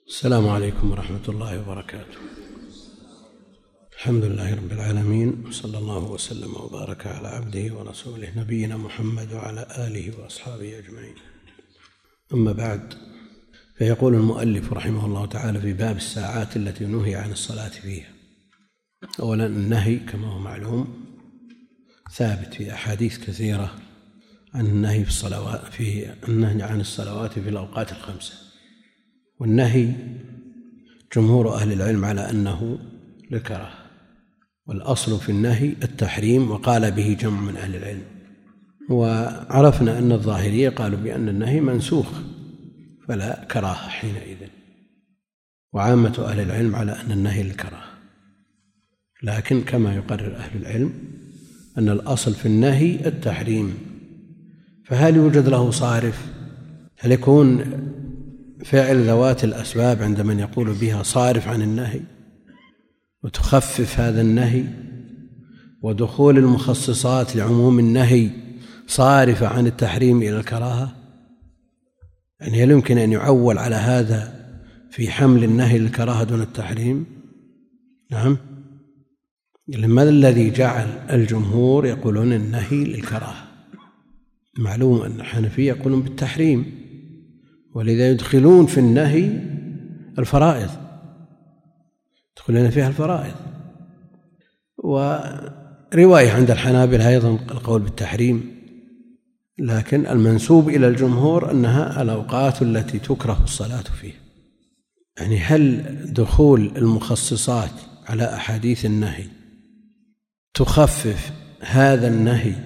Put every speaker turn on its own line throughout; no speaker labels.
السلام عليكم ورحمة الله وبركاته. الحمد لله رب العالمين، وصلى الله وسلم وبارك على عبده ورسوله نبينا محمد وعلى آله وأصحابه أجمعين. أما بعد، فيقول المؤلف رحمه الله تعالى في باب الساعات التي نهي عن الصلاة فيها. أولا، النهي كما هو معلوم ثابت في أحاديث كثيرة عن النهي عن الصلوات في الأوقات الخمسة، والنهي جمهور أهل العلم على أنه للكراهة، والأصل في النهي التحريم، وقال به جمع من أهل العلم. وعرفنا أن الظاهرية قالوا بأن النهي منسوخ فلا كراهة حينئذ، وعامة أهل العلم على أن النهي للكراهة. لكن كما يقرر أهل العلم أن الأصل في النهي التحريم، فهل يوجد له صارف؟ هل يكون فعل ذوات الأسباب عند من يقول بها صارف عن النهي وتخفف هذا النهي، ودخول المخصصات لعموم النهي صارفة عن التحريم إلى الكراهة؟ يعني هل يمكن أن يعول على هذا في حمل النهي للكراهة دون التحريم؟ نعم. لماذا الذي جعل الجمهور يقولون النهي للكراهة؟ معلوم أن الحنفية يقولون بالتحريم، ولذا يدخلون في النهي الفرائض، يدخلون فيها الفرائض. ورواية عند الحنابلة أيضا القول بالتحريم، لكن المنسوب إلى الجمهور أنها الأوقات التي تكره الصلاة فيها. يعني هل دخول المخصصات على أحاديث النهي تخفف هذا النهي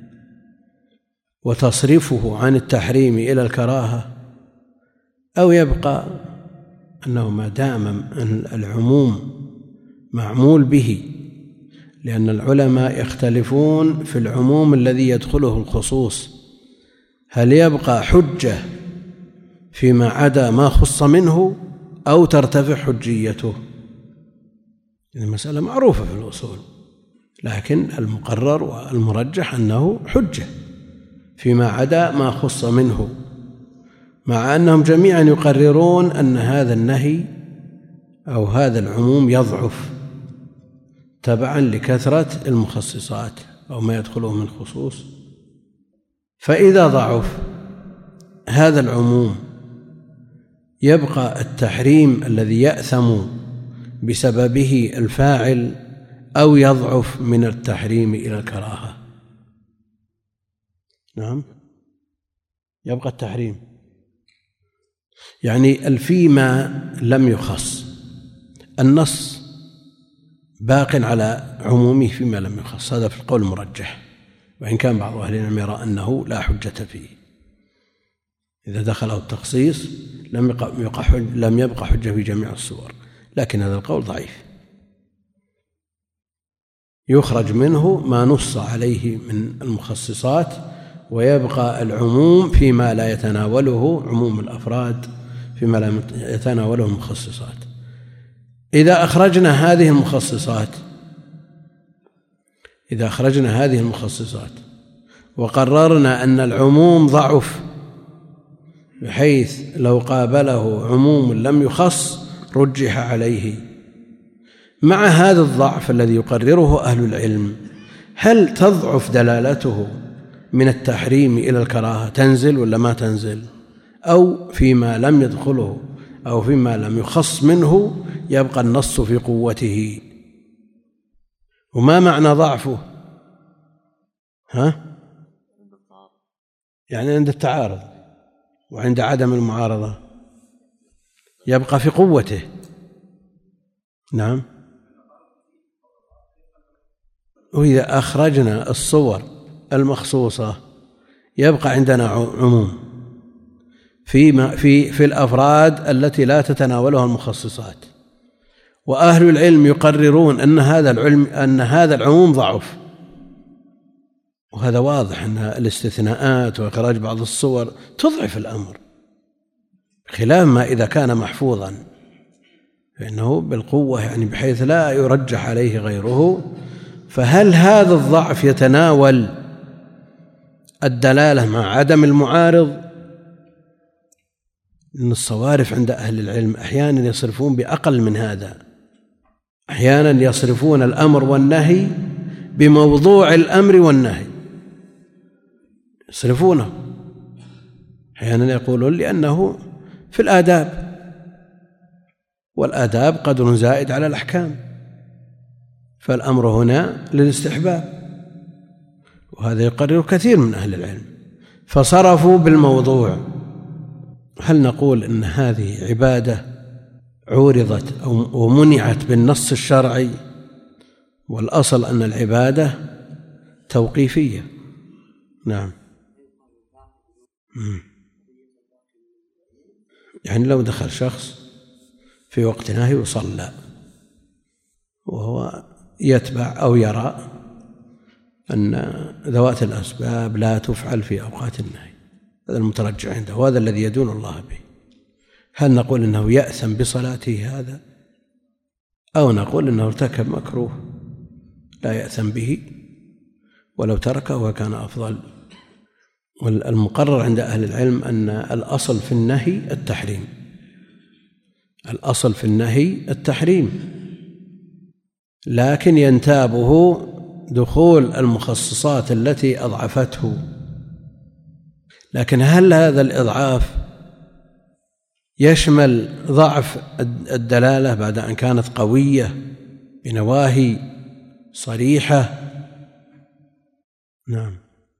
وتصرفه عن التحريم إلى الكراهة، أو يبقى أنه ما دام العموم معمول به؟ لأن العلماء يختلفون في العموم الذي يدخله الخصوص، هل يبقى حجة فيما عدا ما خص منه أو ترتفع حجيته؟ المسألة معروفة في الأصول، لكن المقرر والمرجح أنه حجة فيما عدا ما خص منه، مع أنهم جميعا يقررون أن هذا النهي أو هذا العموم يضعف تبعا لكثرة المخصصات أو ما يدخله من خصوص. فإذا ضعف هذا العموم يبقى التحريم الذي يأثم بسببه الفاعل، أو يضعف من التحريم إلى الكراهة؟ نعم، يبقى التحريم. يعني فيما لم يخص، النص باق على عمومه فيما لم يخص، هذا في القول المرجح، وإن كان بعض أهل العلم يرى أنه لا حجة فيه. إذا دخله التخصيص لم يبقى حجة في جميع الصور، لكن هذا القول ضعيف، يخرج منه ما نص عليه من المخصصات، ويبقى العموم فيما لا يتناوله عموم الأفراد، فيما لا يتناوله المخصصات. إذا أخرجنا هذه المخصصات وقررنا أن العموم ضعف، بحيث لو قابله عموم لم يخص رجح عليه، مع هذا الضعف الذي يقرره أهل العلم، هل تضعف دلالته من التحريم إلى الكراهة؟ تنزل ولا ما تنزل؟ أو فيما لم يدخله أو فيما لم يخص منه يبقى النص في قوته؟ وما معنى ضعفه؟ يعني عند التعارض وعند عدم المعارضة يبقى في قوته. نعم. وإذا أخرجنا الصور المخصوصة يبقى عندنا عموم في الأفراد التي لا تتناولها المخصصات، وأهل العلم يقررون أن هذا العموم ضعف. وهذا واضح أن الاستثناءات وإخراج بعض الصور تضعف الأمر، خلاف ما إذا كان محفوظا فإنه بالقوة، يعني بحيث لا يرجح عليه غيره. فهل هذا الضعف يتناول الدلالة مع عدم المعارض، إن الصوارف عند أهل العلم أحيانا يصرفون بأقل من هذا، أحيانا يصرفون الأمر والنهي بموضوع الأمر والنهي، يصرفونه أحيانا يقولون لأنه في الآداب، والآداب قدر زائد على الأحكام، فالأمر هنا للاستحباب، وهذا يقرر كثير من أهل العلم، فصرفوا بالموضوع. هل نقول إن هذه عبادة عورضت أو منعت بالنص الشرعي؟ والأصل أن العبادة توقيفية. نعم. يعني لو دخل شخص في وقت نهي وصلى وهو يتبع أو يرى أن ذوات الأسباب لا تفعل في أوقات النهي، هذا المترجع عنده وهذا الذي يدون الله به، هل نقول إنه يأثم بصلاته هذا، أو نقول إنه ارتكب مكروه لا يأثم به ولو تركه وكان أفضل؟ والمقرر عند أهل العلم أن الأصل في النهي التحريم، الأصل في النهي التحريم، لكن ينتابه دخول المخصصات التي أضعفته. لكن هل هذا الإضعاف يشمل ضعف الدلالة بعد أن كانت قوية بنواهي صريحة؟ نعم.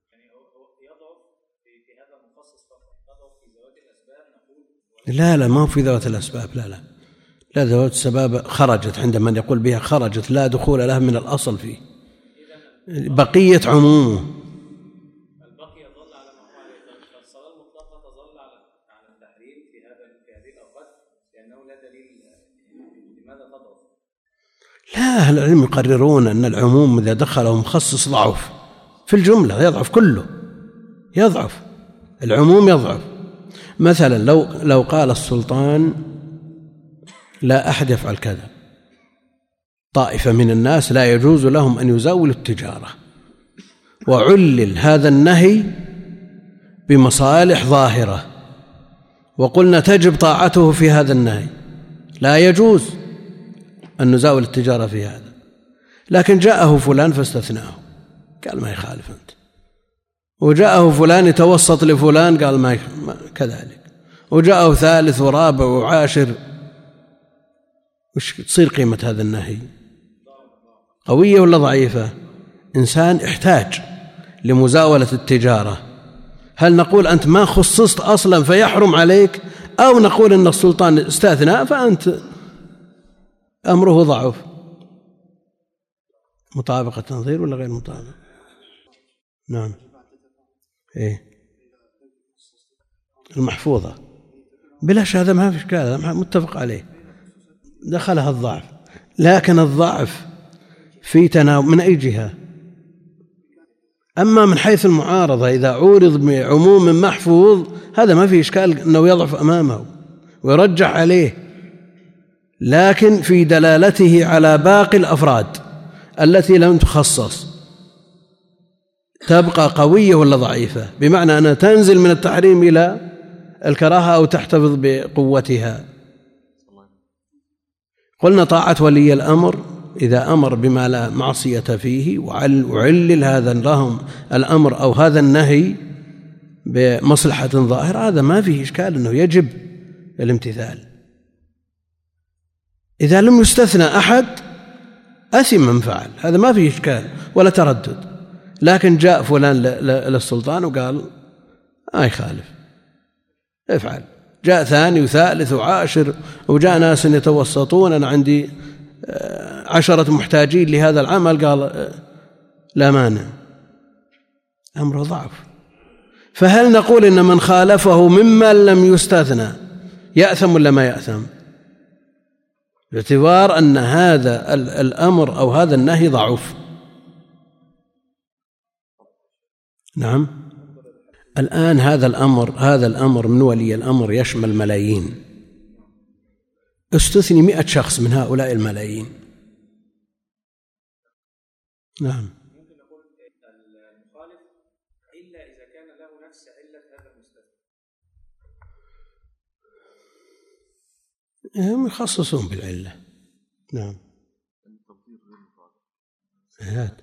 لا ما هو في ذوات الأسباب، لا ذوات الأسباب خرجت، عند من يقول بها خرجت، لا دخول لها من الأصل فيه، بقية عمومه.
البقي يظل على ما هو عليه، الصلاة المطلقة تظل على التحريم في هذه الأوقات لأنه لا دليل لماذا تضعف.
لا، أهل العلم يقررون أن العموم إذا دخله مخصص ضعف في الجملة، يضعف كله، يضعف العموم، يضعف. مثلا لو قال السلطان لا أحد يفعل كذا، طائفة من الناس لا يجوز لهم أن يزاولوا التجارة، وعلل هذا النهي بمصالح ظاهرة، وقلنا تجب طاعته في هذا النهي، لا يجوز أن نزاول التجارة في هذا، لكن جاءه فلان فاستثناه قال ما يخالف أنت، وجاءه فلان يتوسط لفلان قال ما كذلك، وجاءه ثالث ورابع وعاشر، وش تصير قيمة هذا النهي؟ قوية ولا ضعيفة؟ إنسان احتاج لمزاولة التجارة، هل نقول أنت ما خصصت أصلا فيحرم عليك، أو نقول أن السلطان استثنى فأنت أمره ضعف؟ مطابقة تنظير ولا غير مطابقة؟ نعم. إيه المحفوظة بلا هذا ما في إشكال، هذا متفق عليه، دخلها الضعف، لكن الضعف في تناول من أي جهة؟ أما من حيث المعارضة إذا عورض بعموم محفوظ هذا ما في إشكال أنه يضعف أمامه ويرجح عليه، لكن في دلالته على باقي الأفراد التي لم تخصص تبقى قوية ولا ضعيفة، بمعنى أنها تنزل من التحريم إلى الكراهة أو تحتفظ بقوتها. قلنا طاعة ولي الأمر إذا أمر بما لا معصية فيه وعلل هذا لهم الأمر أو هذا النهي بمصلحة ظاهرة، هذا ما فيه إشكال أنه يجب الامتثال. إذا لم يستثنى أحد أثم من فعل، هذا ما فيه إشكال ولا تردد، لكن جاء فلان للسلطان وقال ما يخالف افعل، جاء ثاني وثالث وعاشر، وجاء ناس يتوسطون، أنا عندي 10 محتاجين لهذا العمل، قال لا مانع، أمره ضعف. فهل نقول إن من خالفه ممن لم يستثنى يأثم ولا ما يأثم؟ باعتبار أن هذا الأمر أو هذا النهي ضعف. نعم. الآن هذا الأمر من ولي الأمر يشمل ملايين، استثني 100 شخص من هؤلاء الملايين. نعم.
ممكن نقول المخالف إلا إذا كان له نفس علة هذا المستثنى.
هم يخصصون بالعلة. نعم. هات.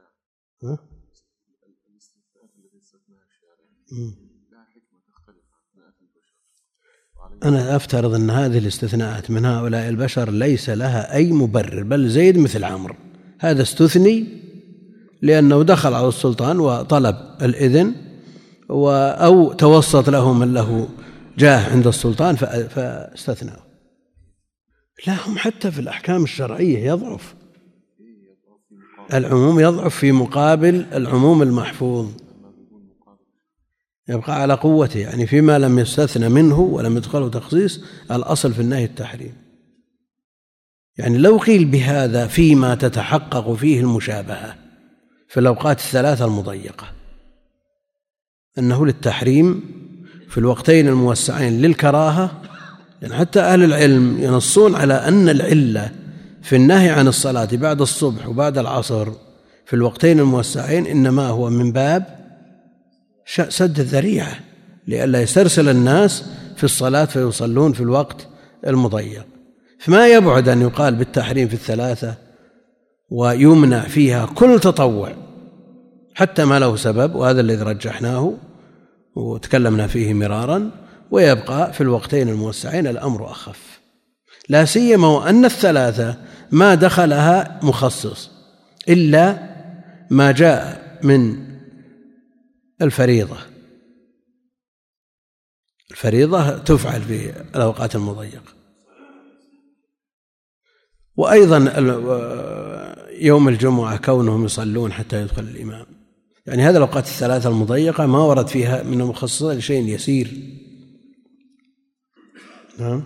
أنا أفترض أن هذه الاستثناءات من هؤلاء البشر ليس لها أي مبرر، بل زيد مثل عمرو، هذا استثني لأنه دخل على السلطان وطلب الإذن أو توسط له من له جاه عند السلطان فاستثناه. لا، هم حتى في الأحكام الشرعية يضعف، العموم يضعف في مقابل العموم المحفوظ، يبقى على قوته، يعني فيما لم يستثنى منه ولم يدخله تخصيص الأصل في النهي التحريم. يعني لو قيل بهذا فيما تتحقق فيه المشابهة في الأوقات الثلاثة المضيقة أنه للتحريم في الوقتين الموسعين للكراهة، يعني حتى أهل العلم ينصون على أن العلة في النهي عن الصلاة بعد الصبح وبعد العصر في الوقتين الموسعين إنما هو من باب سد الذريعة لئلا يسترسل الناس في الصلاة فيصلون في الوقت المضيق. فما يبعد أن يقال بالتحريم في الثلاثة ويمنع فيها كل تطوع حتى ما له سبب، وهذا الذي رجحناه وتكلمنا فيه مرارا، ويبقى في الوقتين الموسعين الأمر أخف، لا سيما وأن الثلاثة ما دخلها مخصص إلا ما جاء من الفريضة تفعل في الأوقات المضيقة. وأيضا يوم الجمعة كونهم يصلون حتى يدخل الإمام، يعني هذه الأوقات الثلاثة المضيقة ما ورد فيها من المخصصات لشيء يسير. نعم.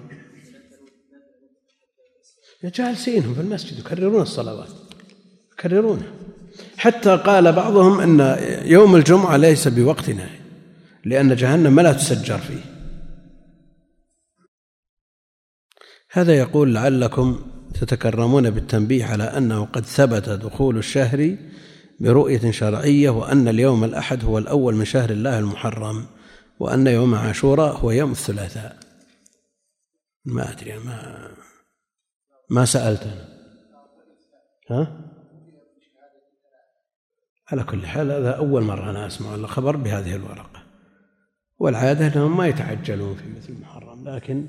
جالسينهم في المسجد يكررون الصلوات، يكررونها، حتى قال بعضهم أن يوم الجمعة ليس بوقتنا لأن جهنم لا تسجر فيه. هذا يقول لعلكم تتكرمون بالتنبيه على أنه قد ثبت دخول الشهر برؤية شرعية، وأن اليوم الأحد هو الأول من شهر الله المحرم، وأن يوم عاشوراء هو يوم الثلاثاء. ما أدري، ما سألت أنا. على كل حال هذا أول مرة أنا أسمع الخبر بهذه الورقة، والعادة أنهم ما يتعجلون في مثل المحرم، لكن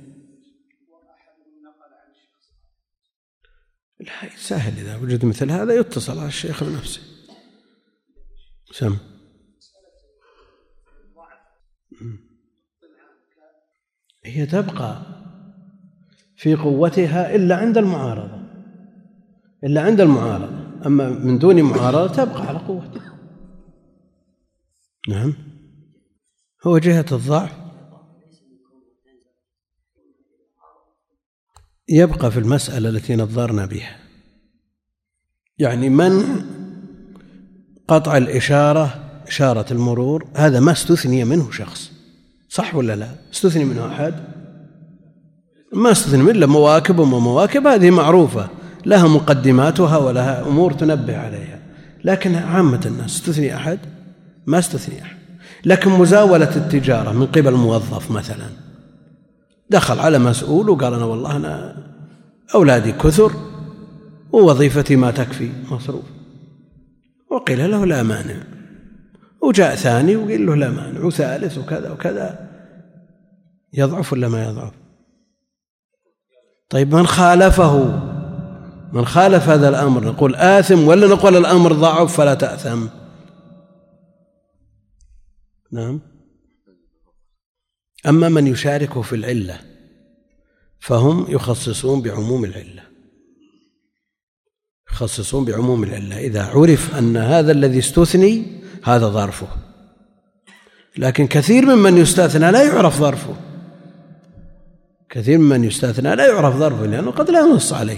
لا سهل إذا وجد مثل هذا يتصل على الشيخ بنفسه. سم. هي تبقى في قوتها إلا عند المعارضة، أما من دون معارضة تبقى على قوتها. نعم. هو جهة الضعف يبقى في المسألة التي نظرنا بها، يعني منع قطع الإشارة، إشارة المرور، هذا ما استثني منه شخص، صح ولا لا؟ استثني منه أحد؟ ما استثني منه إلا مواكب ومواكب، هذه معروفة لها مقدماتها ولها أمور تنبه عليها، لكن عامة الناس استثني أحد؟ ما استثني أحد. لكن مزاولة التجارة من قبل موظف مثلا دخل على مسؤول وقال أنا والله أنا أولادي كثر ووظيفتي ما تكفي مصروف، وقيل له لا مانع، وجاء ثاني وقيل له لا مانع، وثالث وكذا وكذا، يضعف ولا ما يضعف؟ طيب من خالف هذا الأمر نقول آثم ولا نقول الأمر ضعف فلا تأثم؟ نعم. أما من يشاركه في العلة فهم يخصصون بعموم العلة، إذا عرف أن هذا الذي استثني هذا ظرفه، لكن كثير ممن يستثنى لا يعرف ظرفه، لأنه قد لا ينص عليه.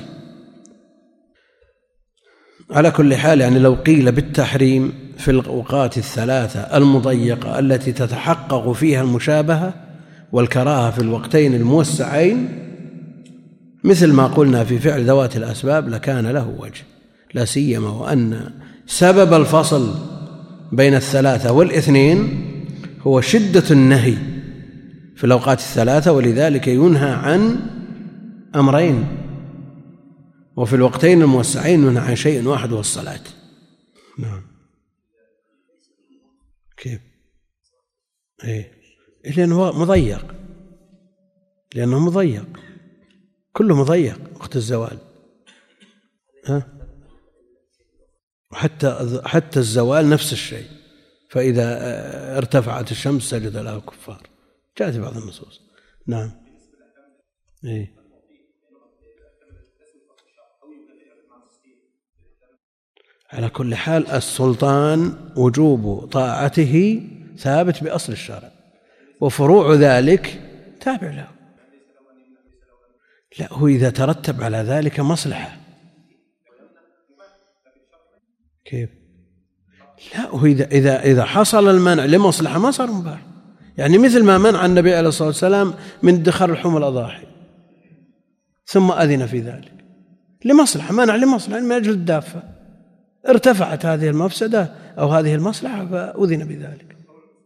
على كل حال يعني لو قيل بالتحريم في الأوقات الثلاثة المضيقة التي تتحقق فيها المشابهة والكراهة في الوقتين الموسعين مثل ما قلنا في فعل ذوات الأسباب لكان له وجه، لا سيما وأن سبب الفصل بين الثلاثة والاثنين هو شدة النهي في الأوقات الثلاثة، ولذلك ينهى عن أمرين، وفي الوقتين الموسعين منها عن شيء واحد وهو الصلاة. نعم. كيف؟ لأنه مضيق، لأنه مضيق، كله مضيق وقت الزوال. حتى الزوال نفس الشيء، فإذا ارتفعت الشمس سجد لها الكفار، جاءت في بعض النصوص. نعم. على كل حال السلطان وجوب طاعته ثابت بأصل الشرع، وفروع ذلك تابع له. لا، هو إذا ترتب على ذلك مصلحة. كيف؟ لا، هو إذا حصل المنع لمصلحة ما صار مباح. يعني مثل ما منع النبي عليه الصلاة والسلام من ادخار لحوم الأضاحي ثم أذن في ذلك لمصلحة، منع لمصلحة من أجل الدافة، ارتفعت هذه المفسدة أو هذه المصلحة فأذن بذلك.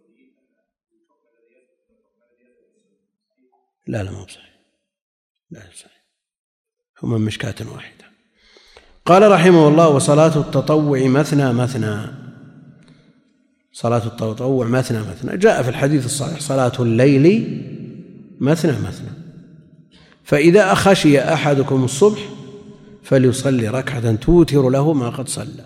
لا ما هو صحيح، لا صحيح، هما من مشكاة واحدة. قال رحمه الله: وصلاة التطوع مثنى مثنى. صلاة التطوع مثنى مثنى جاء في الحديث الصحيح: صلاة الليل مثنى مثنى، فإذا خشي أحدكم الصبح فليصلي ركعة توتر له ما قد صلى.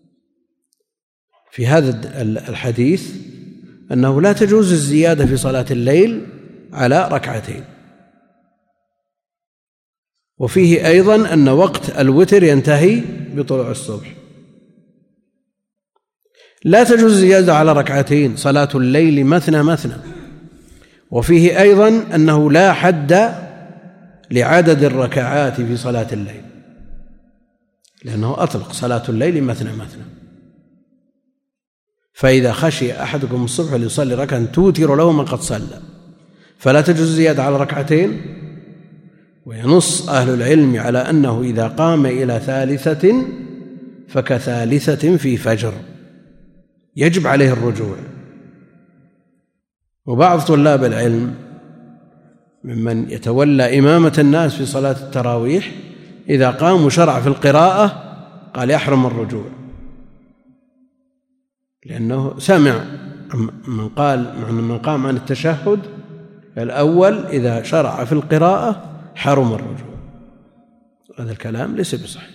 في هذا الحديث أنه لا تجوز الزيادة في صلاة الليل على ركعتين، وفيه أيضا أن وقت الوتر ينتهي بطلوع الصبح. لا تجوز الزيادة على ركعتين، صلاة الليل مثنى مثنى. وفيه أيضا أنه لا حد لعدد الركعات في صلاة الليل، لأنه أطلق صلاة الليل مثنى مثنى. فإذا خشي أحدكم الصبح ليصلي ركعة توتر له ما قد صلى، فلا تجوز الزيادة على ركعتين. وينص أهل العلم على أنه إذا قام إلى ثالثة فكثالثة في فجر، يجب عليه الرجوع. وبعض طلاب العلم ممن يتولى إمامة الناس في صلاة التراويح إذا قاموا شرع في القراءة قال يحرم الرجوع، لأنه سمع من قام عن التشهد الأول إذا شرع في القراءة حرم الرجوع. هذا الكلام ليس بصحيح.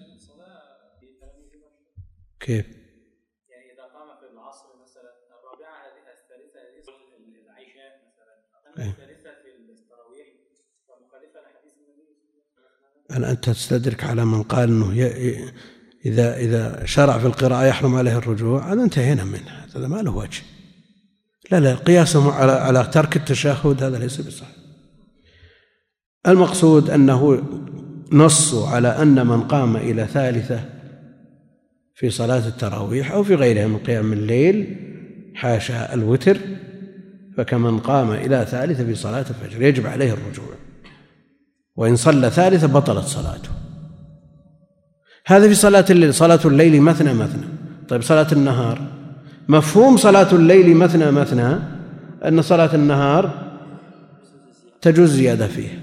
كيف؟
يعني إذا قام في العصر مثلا الرابعة الثالثة العشاء مثلا، الثالثة في التراويح فمخالفة لحديث النبي.
أنت تستدرك على من قال أنه إذا شرع في القراءة يحرم عليه الرجوع، هذا انتهينا منه، هذا ما له وجه. لا قياسه على ترك التشهد هذا ليس بصحيح. المقصود أنه نصوا على أن من قام إلى ثالثة في صلاة التراويح أو في غيرها من قيام الليل حاشا الوتر فكمن قام إلى ثالثة في صلاة الفجر يجب عليه الرجوع، وإن صلى ثالثة بطلت صلاته. هذا في صلاة الليل. صلاة الليل مثنى مثنى. طيب صلاة النهار، مفهوم صلاة الليل مثنى مثنى أن صلاة النهار تجوز زيادة فيها،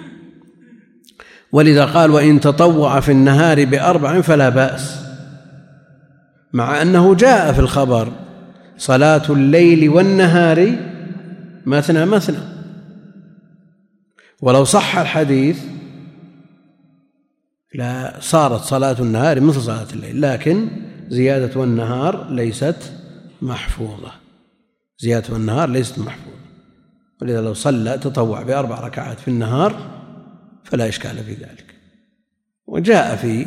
ولذا قال: وإن تطوع في النهار ب4 فلا بأس، مع أنه جاء في الخبر صلاة الليل والنهار مثنى مثنى. ولو صح الحديث لا صارت صلاة النهار مثل صلاة الليل، لكن زيادة النهار ليست محفوظة، زيادة النهار ليست محفوظة. ولذا لو صلى تطوع ب4 ركعات في النهار فلا إشكال في ذلك. وجاء في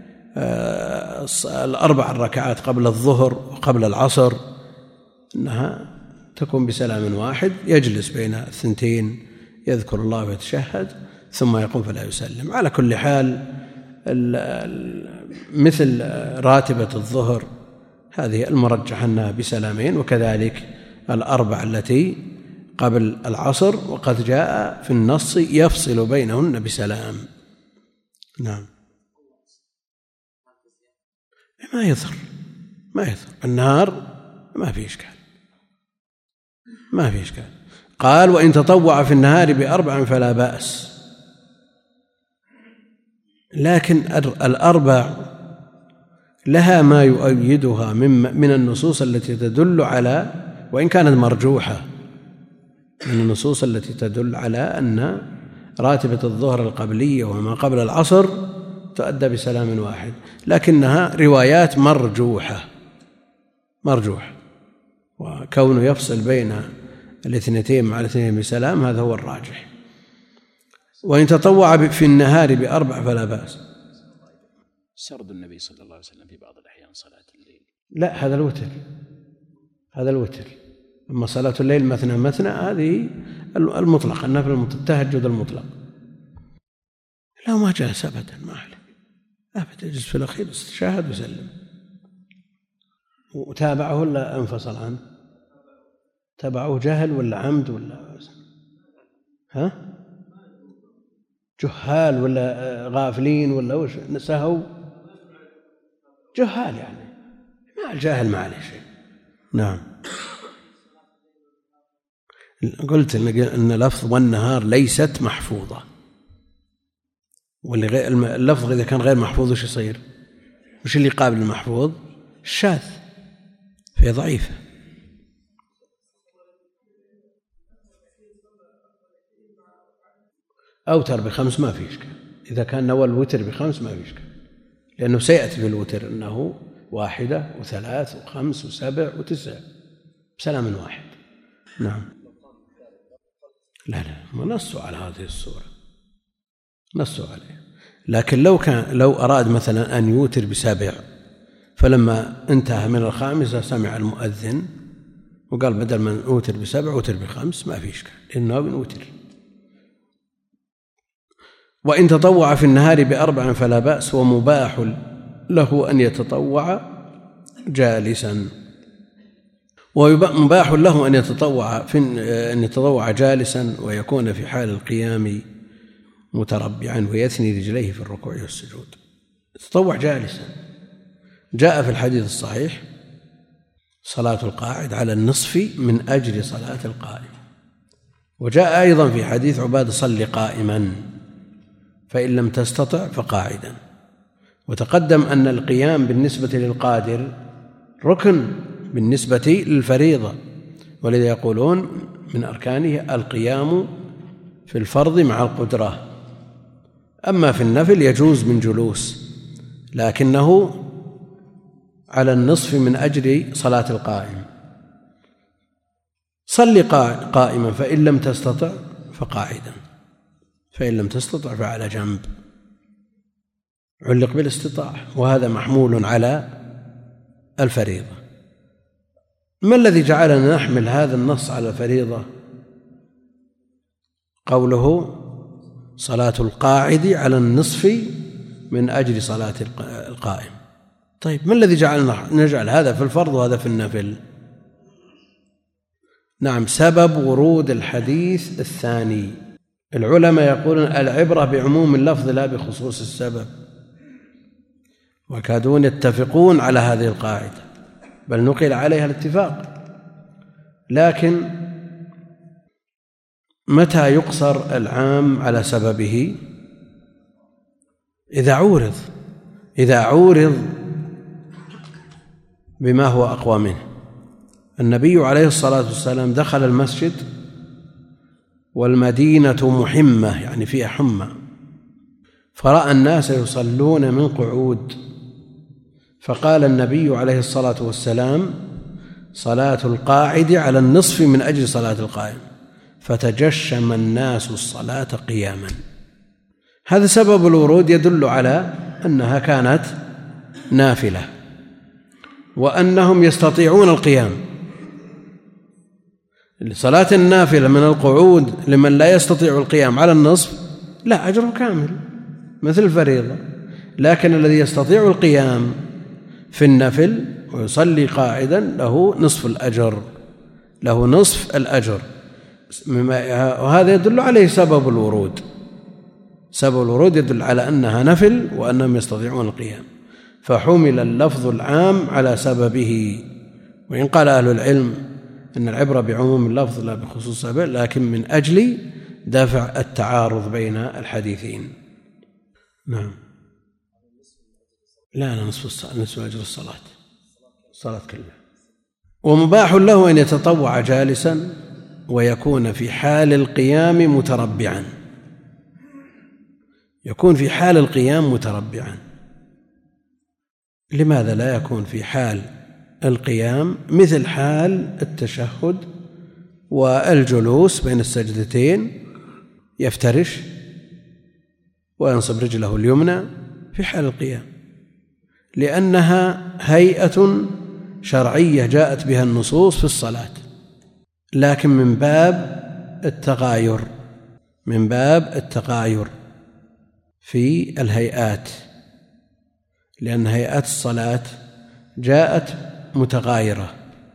4 ركعات قبل الظهر وقبل العصر أنها تكون بسلام واحد، يجلس بين الثنتين يذكر الله ويتشهد ثم يقوم فلا يسلم. على كل حال مثل راتبة الظهر هذه المرجح أنها بسلامين، وكذلك 4 التي قبل العصر، وقد جاء في النص يفصل بينهن بسلام. نعم. ما يضر النهار ما في إشكال. قال: وإن تطوع في النهار ب4 فلا بأس. لكن الأربع لها ما يؤيدها من النصوص التي تدل على، وإن كانت مرجوحة، من النصوص التي تدل على أن راتبة الظهر القبلية وما قبل العصر تؤدى بسلام واحد، لكنها روايات مرجوحة، وكونه يفصل بين الاثنتين مع الاثنين بسلام هذا هو الراجح. وإن تطوع في النهار بأربع فلا بأس.
سرد النبي صلى الله عليه وسلم في بعض الأحيان صلاة الليل.
لا، هذا الوتر. أما صلاة الليل مثنى مثنى هذه المطلق، النفل المطلق، التهجد المطلق. لا، ما جلس أبدا، ما عليه أبدا، يجلس في الأخير استشهد وسلم. وتابعه ولا انفصل عنه؟ تابعه جهل ولا عمد ولا جهال ولا غافلين ولا وش؟ سهوا جهال، يعني ما الجاهل ما عليه شيء. نعم. قلت ان لفظ والنهار ليست محفوظة، اللفظ اذا كان غير محفوظ وش يصير؟ وش اللي قابل المحفوظ؟ الشاذ، فهي ضعيفة. أوتر ب5 ما في إشكال، إذا كان نوى الوتر ب5 ما في إشكال، لأنه سيأتي في الوتر أنه 1 و3 و5 و7 و9 بسلام واحد. نعم. لا ما نصوا على هذه الصورة، نصوا عليه. لكن لو أراد مثلا أن يوتر ب7، فلما انتهى من 5 سمع المؤذن وقال بدل ما أوتر ب7 أوتر ب5 ما في إشكال، لأنه بنوتر. وإن تطوع في النهار ب4 فلا بأس، ومباح له أن يتطوع جالسا، ومباح له أن يتطوع جالسا ويكون في حال القيام متربعا ويثني رجليه في الركوع والسجود. يتطوع جالسا. جاء في الحديث الصحيح صلاة القاعد على النصف من أجل صلاة القائم. وجاء أيضا في حديث عبادة صل قائما فإن لم تستطع فقاعدا. وتقدم أن القيام بالنسبة للقادر ركن بالنسبة للفريضة، ولذا يقولون من أركانه القيام في الفرض مع القدرة. أما في النفل يجوز من جلوس، لكنه على النصف من أجل صلاة القائم. صل قائما فإن لم تستطع فقاعدا، فإن لم تستطع فعلى جنب، علق بالاستطاعة، وهذا محمول على الفريضة. ما الذي جعلنا نحمل هذا النص على الفريضة؟ قوله صلاة القاعد على النصف من أجل صلاة القائم. طيب ما الذي جعلنا نجعل هذا في الفرض وهذا في النفل؟ نعم، سبب ورود الحديث الثاني. العلماء يقولون العبرة بعموم اللفظ لا بخصوص السبب، وكادون يتفقون على هذه القاعدة، بل نقل عليها الاتفاق. لكن متى يقصر العام على سببه؟ إذا عورض بما هو أقوى منه. النبي عليه الصلاة والسلام دخل المسجد والمدينة محمة، يعني فيها حمى، فرأى الناس يصلون من قعود، فقال النبي عليه الصلاة والسلام صلاة القاعد على النصف من أجل صلاة القائم، فتجشم الناس الصلاة قياما. هذا سبب الورود يدل على أنها كانت نافلة وأنهم يستطيعون القيام. صلاة النافلة من القعود لمن لا يستطيع القيام على النصف لا أجر كامل مثل الفريضة، لكن الذي يستطيع القيام في النفل ويصلي قاعدا له نصف الأجر، وهذا يدل عليه سبب الورود. سبب الورود يدل على أنها نفل وأنهم يستطيعون القيام، فحمل اللفظ العام على سببه. وإن قال أهل العلم أن العبرة بعموم اللفظ لا بخصوص السبب، لكن من أجل دفع التعارض بين الحديثين. نعم. لا، أنا نصف أجر الصلاة كلها. ومباح له أن يتطوع جالسا ويكون في حال القيام متربعا، يكون في حال القيام متربعا. لماذا لا يكون في حال القيام مثل حال التشهد والجلوس بين السجدتين، يفترش وينصب رجله اليمنى في حال القيام، لأنها هيئة شرعية جاءت بها النصوص في الصلاة، لكن من باب التغاير في الهيئات، لأن هيئات الصلاة جاءت متغايرة،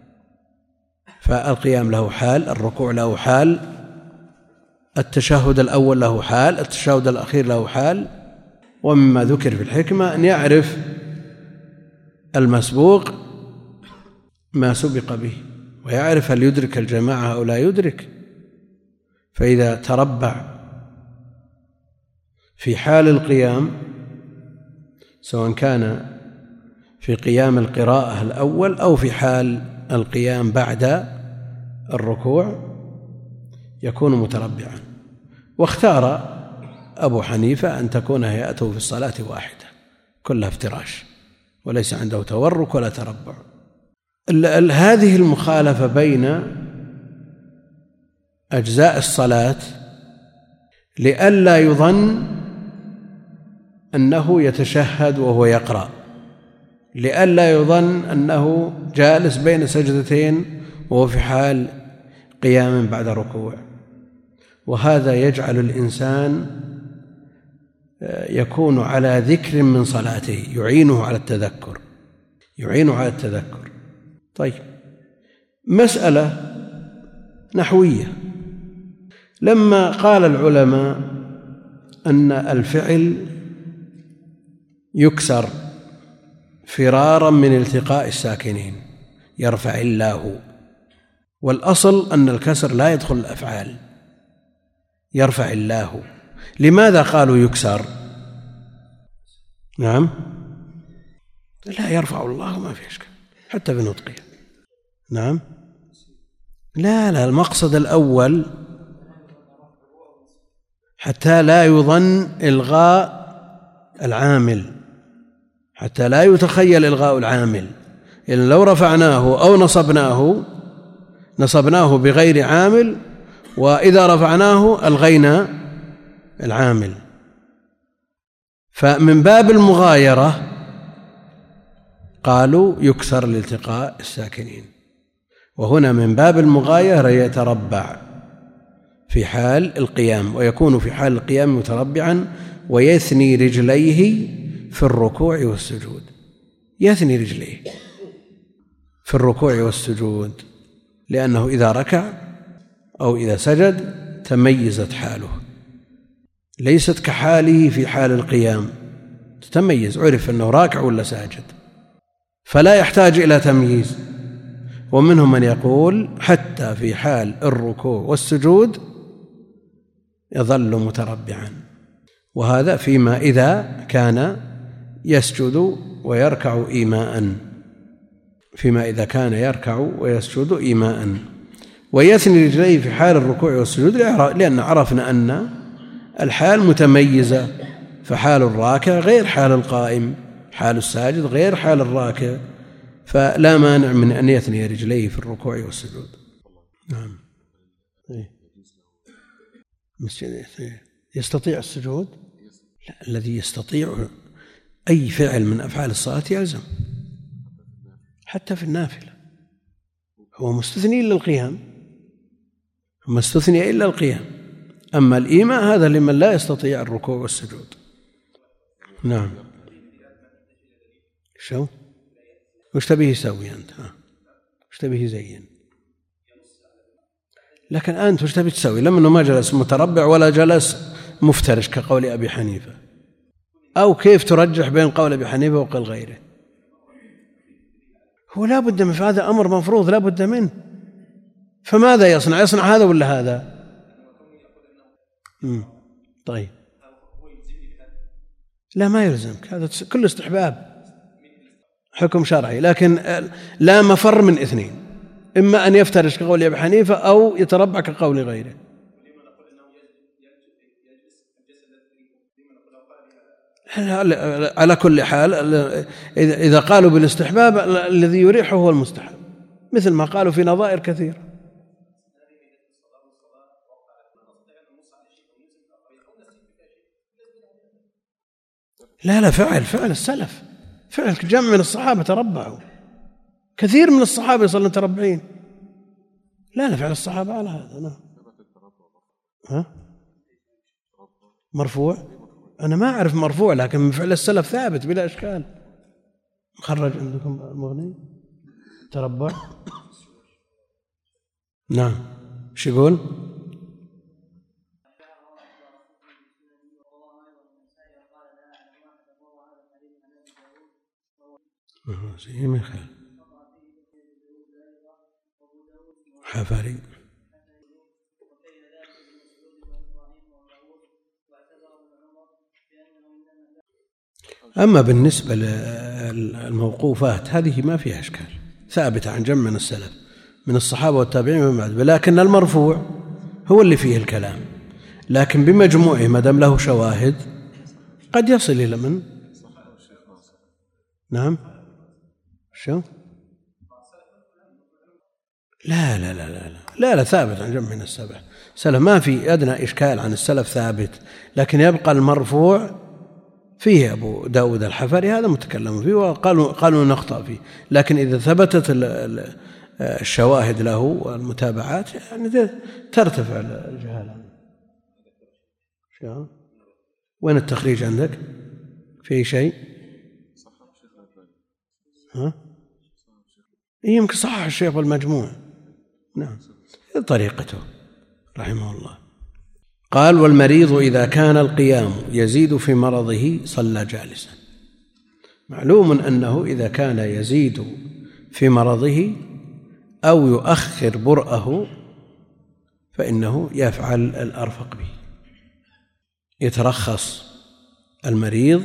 فالقيام له حال، الركوع له حال، التشهد الأول له حال، التشهد الأخير له حال. ومما ذكر في الحكمة أن يعرف المسبوق ما سبق به، ويعرف هل يدرك الجماعة أو لا يدرك. فإذا تربع في حال القيام، سواء كان في قيام القراءة الأول أو في حال القيام بعد الركوع، يكون متربعا. واختار أبو حنيفة أن تكون هيئته في الصلاة واحدة كلها افتراش، وليس عنده تورك ولا تربع. هذه المخالفة بين أجزاء الصلاة لئلا يظن أنه يتشهد وهو يقرأ، لئلا يظن أنه جالس بين سجدتين وهو في حال قيام بعد ركوع. وهذا يجعل الإنسان يكون على ذكر من صلاته، يعينه على التذكر. طيب، مسألة نحوية. لما قال العلماء أن الفعل يكسر فرارا من التقاء الساكنين، يرفع الله، والأصل أن الكسر لا يدخل الأفعال، يرفع الله. لماذا قالوا يكسر؟ نعم، لا، يرفع الله ما في إشكال حتى بنطقه. نعم، لا، المقصد الأول حتى لا يظن إلغاء العامل، حتى لا يتخيل إلغاء العامل. إن لو رفعناه أو نصبناه بغير عامل، وإذا رفعناه ألغينا العامل. فمن باب المغايرة قالوا يكسر لالتقاء الساكنين، وهنا من باب المغايرة يتربع في حال القيام، ويكون في حال القيام متربعا، ويثني رجليه في الركوع والسجود، يثني رجليه في الركوع والسجود، لأنه إذا ركع أو إذا سجد تميزت حاله، ليست كحاله في حال القيام، تتميز، عرف أنه راكع ولا ساجد، فلا يحتاج إلى تمييز. ومنهم من يقول حتى في حال الركوع والسجود يظل متربعا، وهذا فيما إذا كان يسجد ويركع إيماء، فيما إذا كان يركع ويسجد إيماء. ويثني رجليه في حال الركوع والسجود، لأن عرفنا أن الحال متميزة، فحال الراكع غير حال القائم، حال الساجد غير حال الراكع، فلا مانع من أن يثني رجليه في الركوع والسجود. نعم، يستطيع السجود؟ لا، الذي يستطيع أي فعل من أفعال الصلاة يلزم، حتى في النافلة. هو مستثني إلا القيام، ما استثني إلا القيام. أما الإيماء هذا لمن لا يستطيع الركوع والسجود. نعم، شو وش تبيه يسوي أنت؟ وش تبيه يزين؟ لكن أنت وش تبي تسوي؟ لما أنه ما جلس متربع ولا جلس مفترش كقول أبي حنيفة، أو كيف ترجح بين قول أبي حنيفة وقول غيره؟ هو لا بد من هذا، أمر مفروض لا بد منه، فماذا يصنع هذا ولا هذا؟ طيب، لا، ما يلزمك، هذا كل استحباب. حكم شرعي، لكن لا مفر من اثنين، إما أن يفترش كقول أبي حنيفة أو يتربع كقول غيره. على كل حال إذا قالوا بالاستحباب الذي يريحه هو المستحب، مثل ما قالوا في نظائر كثير. لا فعل السلف، فعل جمع من الصحابة تربعوا، كثير من الصحابة يصلون متربعين. لا فعل الصحابة على هذا. ها مرفوع؟ أنا ما أعرف مرفوع، لكن فعل السلف ثابت بلا إشكال. مخرج عندكم المغني تربع؟ نعم. شو يقول؟ حفري. أما بالنسبة للموقوفات هذه ما فيها إشكال، ثابتة عن جمع من السلف من الصحابة والتابعين ومن بعد، لكن المرفوع هو اللي فيه الكلام، لكن بمجموعه ما دام له شواهد قد يصل إلى من؟ نعم. شو؟ لا ثابت عن جمع من السلف ما في أدنى إشكال عن السلف ثابت، لكن يبقى المرفوع فيه أبو داود الحفري هذا متكلم فيه وقالوا نخطأ فيه، لكن إذا ثبتت الشواهد له والمتابعات يعني ترتفع الجهالة. وين التخريج عندك؟ في شيء؟ ها؟ يمكن صحح الشيخ المجموع. نعم طريقته رحمه الله. قال: والمريض إذا كان القيام يزيد في مرضه صلى جالسا. معلوم أنه إذا كان يزيد في مرضه أو يؤخر برأه فإنه يفعل الأرفق به. يترخص المريض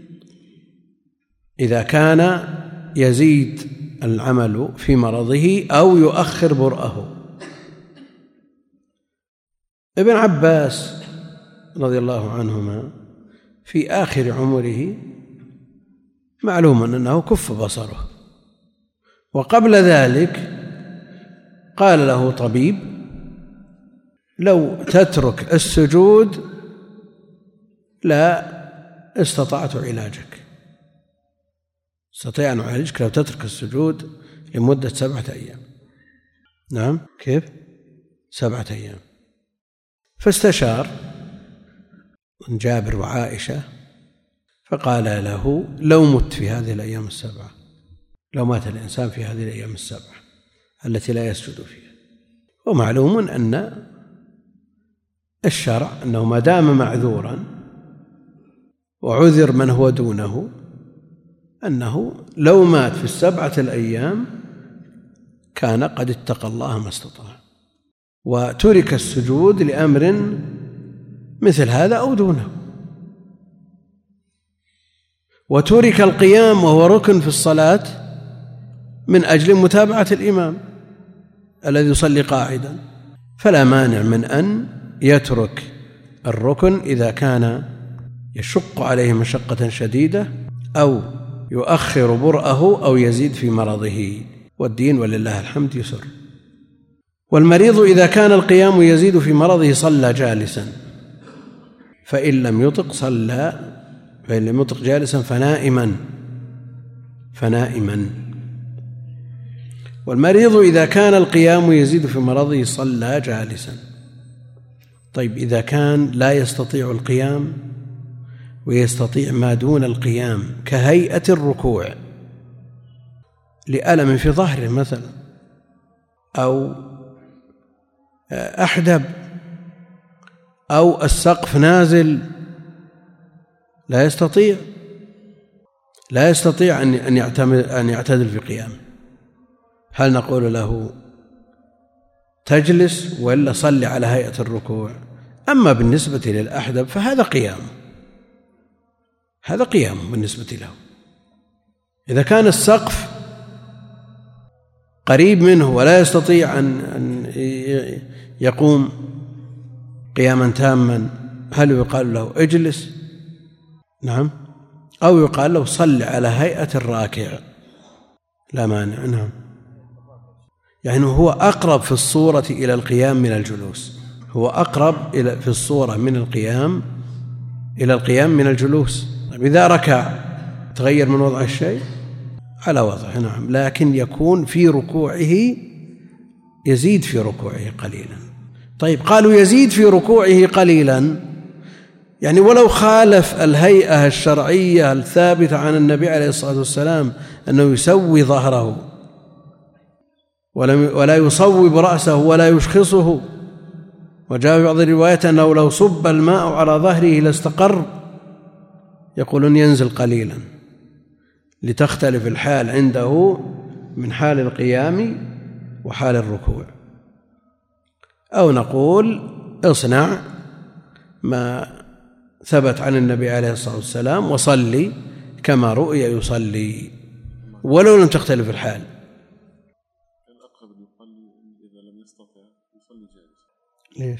إذا كان يزيد العمل في مرضه أو يؤخر برأه. ابن عباس رضي الله عنهما في آخر عمره معلوم أنه كف بصره، وقبل ذلك قال له طبيب: لو تترك السجود لا استطعت علاجك، استطيع أن أعالجك لو تترك السجود لمدة 7 أيام. نعم. كيف 7 أيام؟ فاستشار جابر وعائشة فقال له: لو مت في هذه الأيام 7، لو مات الإنسان في هذه الأيام 7 التي لا يسجد فيها. ومعلوم أن الشرع أنه ما دام معذورا وعذر من هو دونه أنه لو مات في 7 الأيام كان قد اتقى الله ما استطاع، وترك السجود لأمر مثل هذا أو دونه، وترك القيام وهو ركن في الصلاة من أجل متابعة الإمام الذي يصلي قاعدا، فلا مانع من أن يترك الركن إذا كان يشق عليه مشقة شديدة أو يؤخر برأه أو يزيد في مرضه، والدين ولله الحمد يسر. والمريض إذا كان القيام يزيد في مرضه صلى جالسا، فإن لم يطق صلى، فإن لم يطق جالسا فنائما. والمريض إذا كان القيام يزيد في مرضه صلى جالسا. طيب إذا كان لا يستطيع القيام ويستطيع ما دون القيام كهيئة الركوع لألم في ظهره مثلا، أو أحدب، أو السقف نازل، لا يستطيع أن يعتدل في قيامه، هل نقول له تجلس ولا صلي على هيئة الركوع؟ أما بالنسبة للأحدب فهذا قيام، هذا قيام بالنسبة له، إذا كان السقف قريب منه ولا يستطيع أن يقوم قياما تاما، هل يقال له اجلس؟ نعم. أو يقال له صل على هيئة الراكع، لا مانع. نعم. يعني هو أقرب في الصورة إلى القيام من الجلوس، هو أقرب في الصورة من القيام إلى القيام من الجلوس. إذا ركع تغير من وضع الشيء على وضعه. نعم. لكن يكون في ركوعه يزيد في ركوعه قليلا. طيب، قالوا يزيد في ركوعه قليلا، يعني ولو خالف الهيئة الشرعية الثابتة عن النبي عليه الصلاة والسلام أنه يسوي ظهره ولا يصوب رأسه ولا يشخصه، وجاء في بعض الروايات أنه لو صب الماء على ظهره لاستقر، يقولون ينزل قليلا لتختلف الحال عنده من حال القيام وحال الركوع. أو نقول اصنع ما ثبت عن النبي عليه الصلاة والسلام وصلي كما رؤي يصلي ولو لم تختلف الحال.
الأقرب أن يصلي إذا لم يستطع يصلي جالس.
ليش؟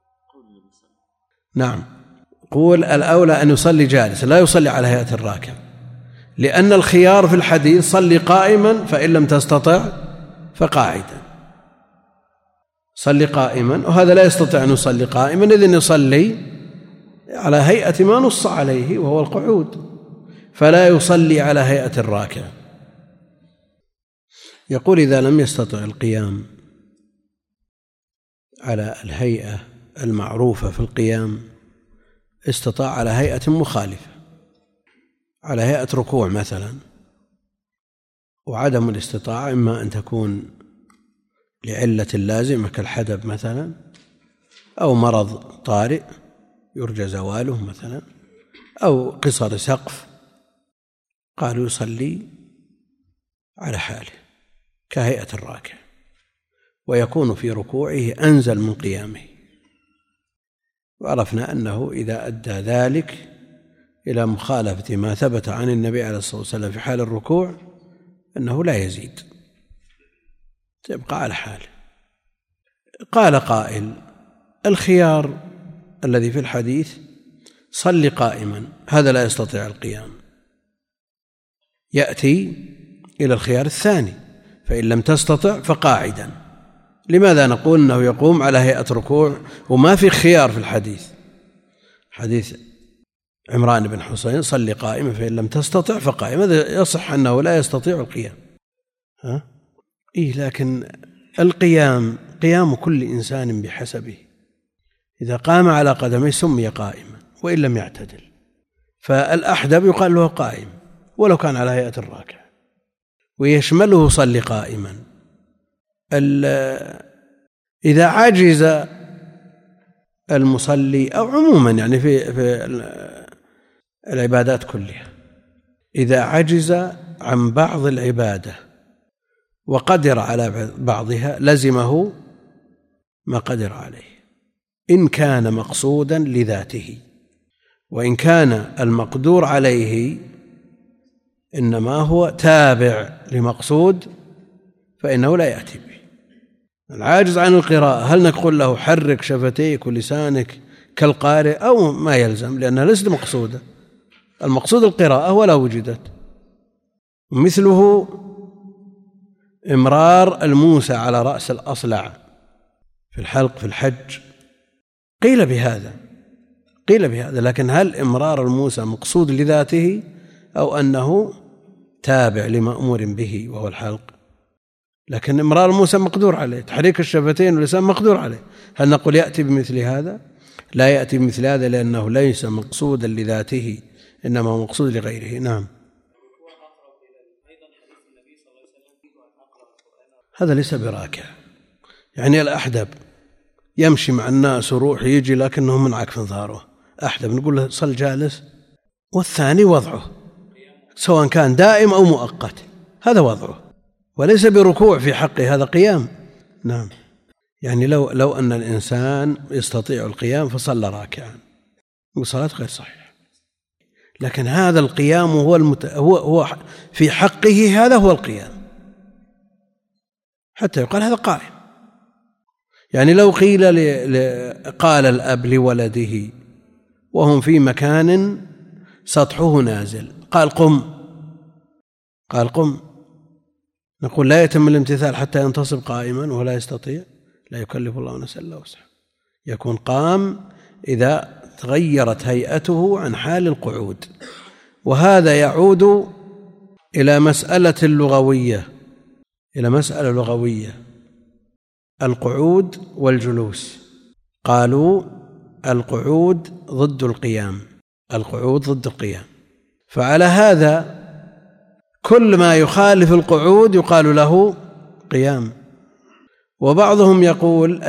نعم، قول الأولى أن يصلي جالس لا يصلي على هيئة الراكع، لأن الخيار في الحديث صلي قائما فإن لم تستطع فقاعدا. صلي قائما، وهذا لا يستطيع أن يصلي قائما، إذن يصلي على هيئة ما نص عليه وهو القعود، فلا يصلي على هيئة الراكع. يقول إذا لم يستطع القيام على الهيئة المعروفة في القيام، استطاع على هيئة مخالفة، على هيئة ركوع مثلا. وعدم الاستطاعة إما أن تكون لعلة لازمة كالحدب مثلا، أو مرض طارئ يرجى زواله مثلا، أو قصر سقف، قالوا يصلي على حاله كهيئة الراكع، ويكون في ركوعه أنزل من قيامه. وعرفنا أنه إذا أدى ذلك إلى مخالفة ما ثبت عن النبي عليه الصلاة والسلام في حال الركوع أنه لا يزيد، تبقى على حاله. قال قائل: الخيار الذي في الحديث صل قائما، هذا لا يستطيع القيام، يأتي إلى الخيار الثاني فإن لم تستطع فقاعدا. لماذا نقول أنه يقوم على هيئة ركوع وما في خيار في الحديث؟ حديث عمران بن حسين صل قائما فإن لم تستطع فقائما، هذا يصح أنه لا يستطيع القيام. لكن القيام قيام كل إنسان بحسبه، إذا قام على قدميه سمي قائما وإن لم يعتدل، فالأحدب يقال له قائم ولو كان على هيئة الراكع، ويشمله صل قائما. إذا عجز المصلي أو عموما يعني في العبادات كلها، إذا عجز عن بعض العبادة وقدر على بعضها لزمه ما قدر عليه، إن كان مقصودا لذاته. وإن كان المقدور عليه إنما هو تابع لمقصود فإنه لا يأتي به. العاجز عن القراءة هل نقول له حرك شفتيك ولسانك كالقارئ أو ما يلزم، لأنها ليست مقصودة، المقصود القراءة ولا وجدت. مثله إمرار الموسى على رأس الأصلع في الحلق في الحج، قيل بهذا، لكن هل إمرار الموسى مقصود لذاته أو أنه تابع لمأمور به وهو الحلق؟ لكن إمرار الموسى مقدور عليه، تحريك الشفتين واللسان مقدور عليه، هل نقول يأتي بمثل هذا؟ لا يأتي بمثل هذا، لأنه ليس مقصودا لذاته إنما مقصود لغيره. نعم. هذا ليس براكع، يعني الأحدب يمشي مع الناس وروح يجي لكنه منعك في ظهره، أحدب نقول له صل جالس. والثاني وضعه سواء كان دائم أو مؤقت، هذا وضعه وليس بركوع في حقه، هذا قيام. نعم، يعني لو أن الإنسان يستطيع القيام فصلى راكعا وصلاة غير صحيحة، لكن هذا القيام هو في حقه هذا هو القيام، حتى يقال هذا قائم. يعني لو قيل قال الأب لولده وهم في مكان سطحه نازل قال قم، نقول لا يتم الامتثال حتى ينتصب قائما ولا يستطيع؟ لا يكلف الله نفسا إلا وسعها. يكون قام إذا تغيرت هيئته عن حال القعود. وهذا يعود إلى مسألة لغوية، القعود والجلوس. قالوا القعود ضد القيام، فعلى هذا كل ما يخالف القعود يقال له قيام. وبعضهم يقول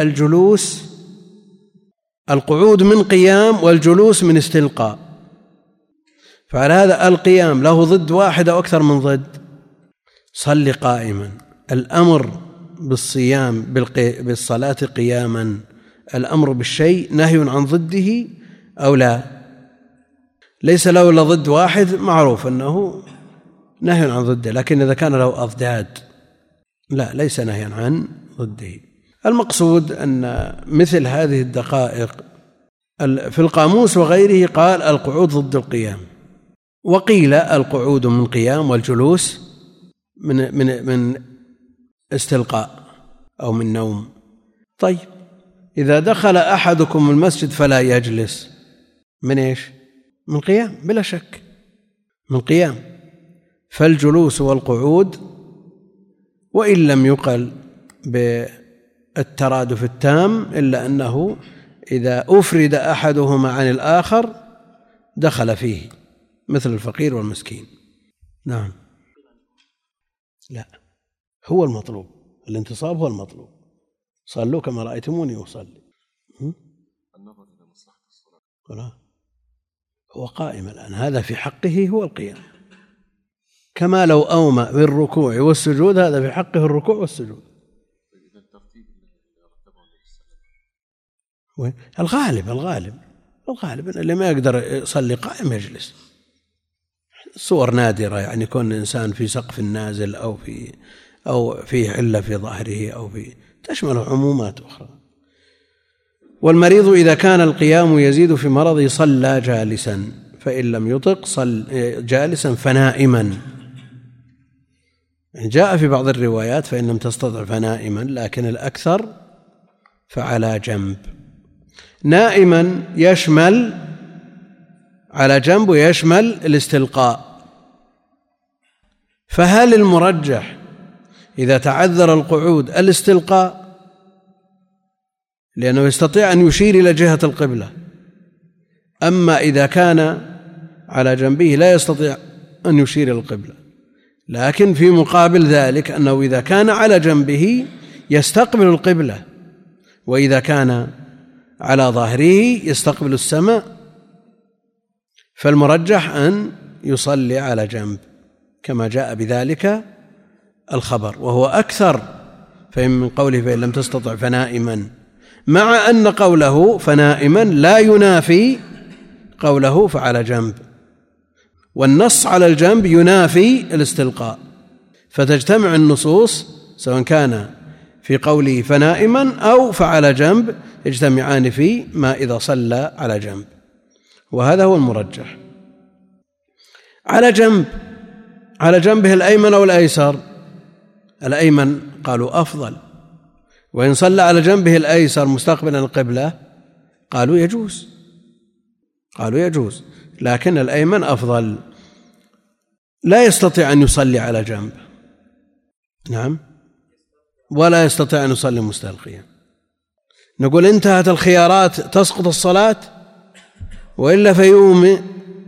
القعود من قيام والجلوس من استلقاء، فعلى هذا القيام له ضد واحد أو أكثر من ضد. صل قائما، الأمر بالصيام بالصلاة قياما، الأمر بالشيء نهي عن ضده أو لا؟ ليس له إلا ضد واحد معروف أنه نهي عن ضده، لكن إذا كان له أضداد لا، ليس نهيا عن ضده. المقصود أن مثل هذه الدقائق في القاموس وغيره قال القعود ضد القيام، وقيل القعود من قيام والجلوس من استلقاء أو من نوم. طيب إذا دخل أحدكم المسجد فلا يجلس، من إيش؟ من قيام بلا شك، من قيام. فالجلوس والقعود وإن لم يقل بالترادف التام إلا أنه إذا أفرد أحدهما عن الآخر دخل فيه، مثل الفقير والمسكين. نعم، لا، هو المطلوب، الانتصاب هو المطلوب. صلوا كما رأيتموني أصلي.
النظر إلى مصلحة الصلاة.
هو قائم الآن، هذا في حقه هو القيام، كما لو أومأ بالركوع والسجود هذا في حقه الركوع والسجود. الغالب اللي ما يقدر يصلي قائم يجلس. صور نادرة، يعني يكون الإنسان في سقف نازل أو في علة في ظهره تشمل عمومات أخرى. والمريض إذا كان القيام يزيد في مرضه صلى جالسا، فإن لم يطق صل جالسا فنائما. جاء في بعض الروايات فإن لم تستطع فنائما، لكن الأكثر فعلى جنب. نائما يشمل على جنب ويشمل الاستلقاء. فهل المرجح إذا تعذر القعود الاستلقاء، لأنه يستطيع أن يشير إلى جهة القبلة؟ أما إذا كان على جنبه لا يستطيع أن يشير إلى القبلة، لكن في مقابل ذلك أنه إذا كان على جنبه يستقبل القبلة، وإذا كان على ظهره يستقبل السماء. فالمرجح أن يصلي على جنب كما جاء بذلك الخبر، وهو أكثر. فإن قوله فإن لم تستطع فنائما، مع أن قوله فنائما لا ينافي قوله فعلى جنب، والنص على الجنب ينافي الاستلقاء، فتجتمع النصوص سواء كان في قوله فنائما أو فعلى جنب، يجتمعان في ما إذا صلى على جنب، وهذا هو المرجح. على جنبه الأيمن أو الأيسر؟ الأيمن قالوا أفضل، وإن صلى على جنبه الأيسر مستقبلا القبلة قالوا يجوز، لكن الأيمن أفضل. لا يستطيع أن يصلي على جنب، نعم، ولا يستطيع أن يصلي مستلقيا. نقول انتهت الخيارات تسقط الصلاة، وإلا فيومئ،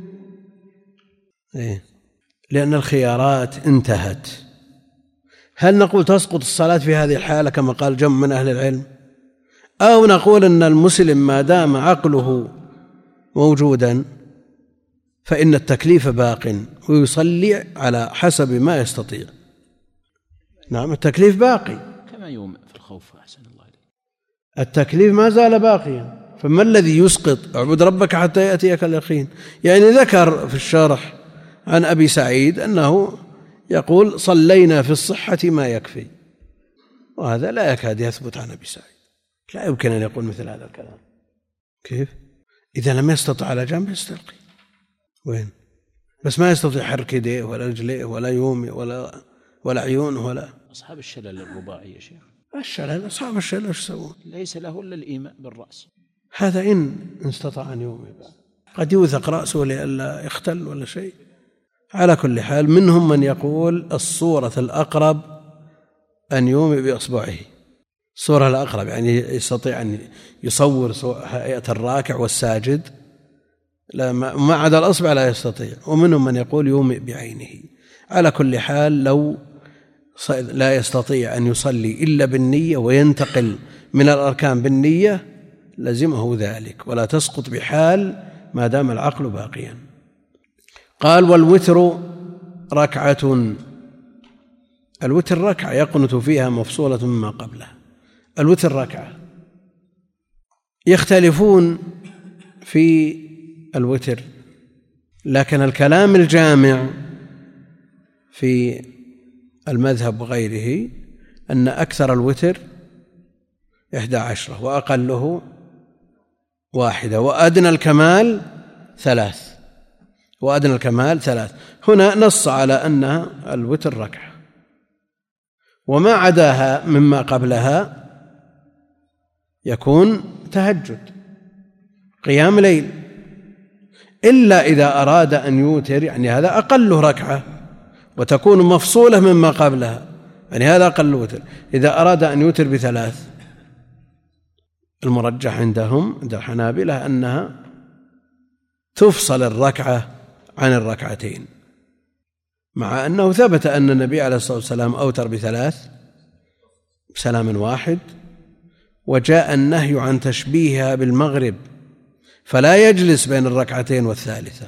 لأن الخيارات انتهت. هل نقول تسقط الصلاة في هذه الحالة كما قال جمع من أهل العلم، أو نقول أن المسلم ما دام عقله موجودا فإن التكليف باق ويصلي على حسب ما يستطيع؟ نعم، التكليف باقي
كما يوم في الخوف. أحسن الله عليك.
التكليف ما زال باقيا، فما الذي يسقط اعبد ربك حتى يأتيك اليقين؟ يعني ذكر في الشرح عن أبي سعيد أنه يقول صلينا في الصحة ما يكفي، وهذا لا يكاد يثبت عن أبي سعيد، لا يمكن أن يقول مثل هذا الكلام. كيف؟ إذا لم يستطع على جنب يستلقي، وين؟ بس ما يستطيع حرك يديه ولا رجليه ولا يومي ولا عيونه ولا.
أصحاب الشلل الرباعي يا شيخ،
الشلل أصحاب الشلل ايش يسوون؟
ليس له إلا الإيماء بالرأس.
هذا إن استطاع أن يومي، قد يوثق رأسه لئلا يختل ولا شيء. على كل حال منهم من يقول الصورة الأقرب أن يومي بإصبعه، الصورة الأقرب يعني يستطيع أن يصور هيئة الراكع والساجد، ما عدا الأصبع لا يستطيع. ومنهم من يقول يومئ بعينه. على كل حال لو لا يستطيع أن يصلي إلا بالنية وينتقل من الأركان بالنية لزمه ذلك، ولا تسقط بحال ما دام العقل باقيا. قال والوتر ركعة، الوتر ركعة يقنت فيها مفصولة مما قبلها. الوتر ركعة. يختلفون في الوتر، لكن الكلام الجامع في المذهب وغيره أن أكثر الوتر 11 وأقله 1 وأدنى الكمال 3. وأدنى الكمال 3. هنا نص على أن الوتر ركعة، وما عداها مما قبلها يكون تهجد قيام ليل، إلا إذا أراد أن يوتر، يعني هذا أقل ركعة وتكون مفصولة مما قبلها، يعني هذا أقل وتر. إذا أراد أن يوتر ب3، المرجح عندهم عند الحنابلة أنها تفصل الركعة عن الركعتين، مع أنه ثبت أن النبي عليه الصلاة والسلام أوتر ب3 بسلام واحد، وجاء النهي عن تشبيهها بالمغرب فلا يجلس بين الركعتين والثالثة،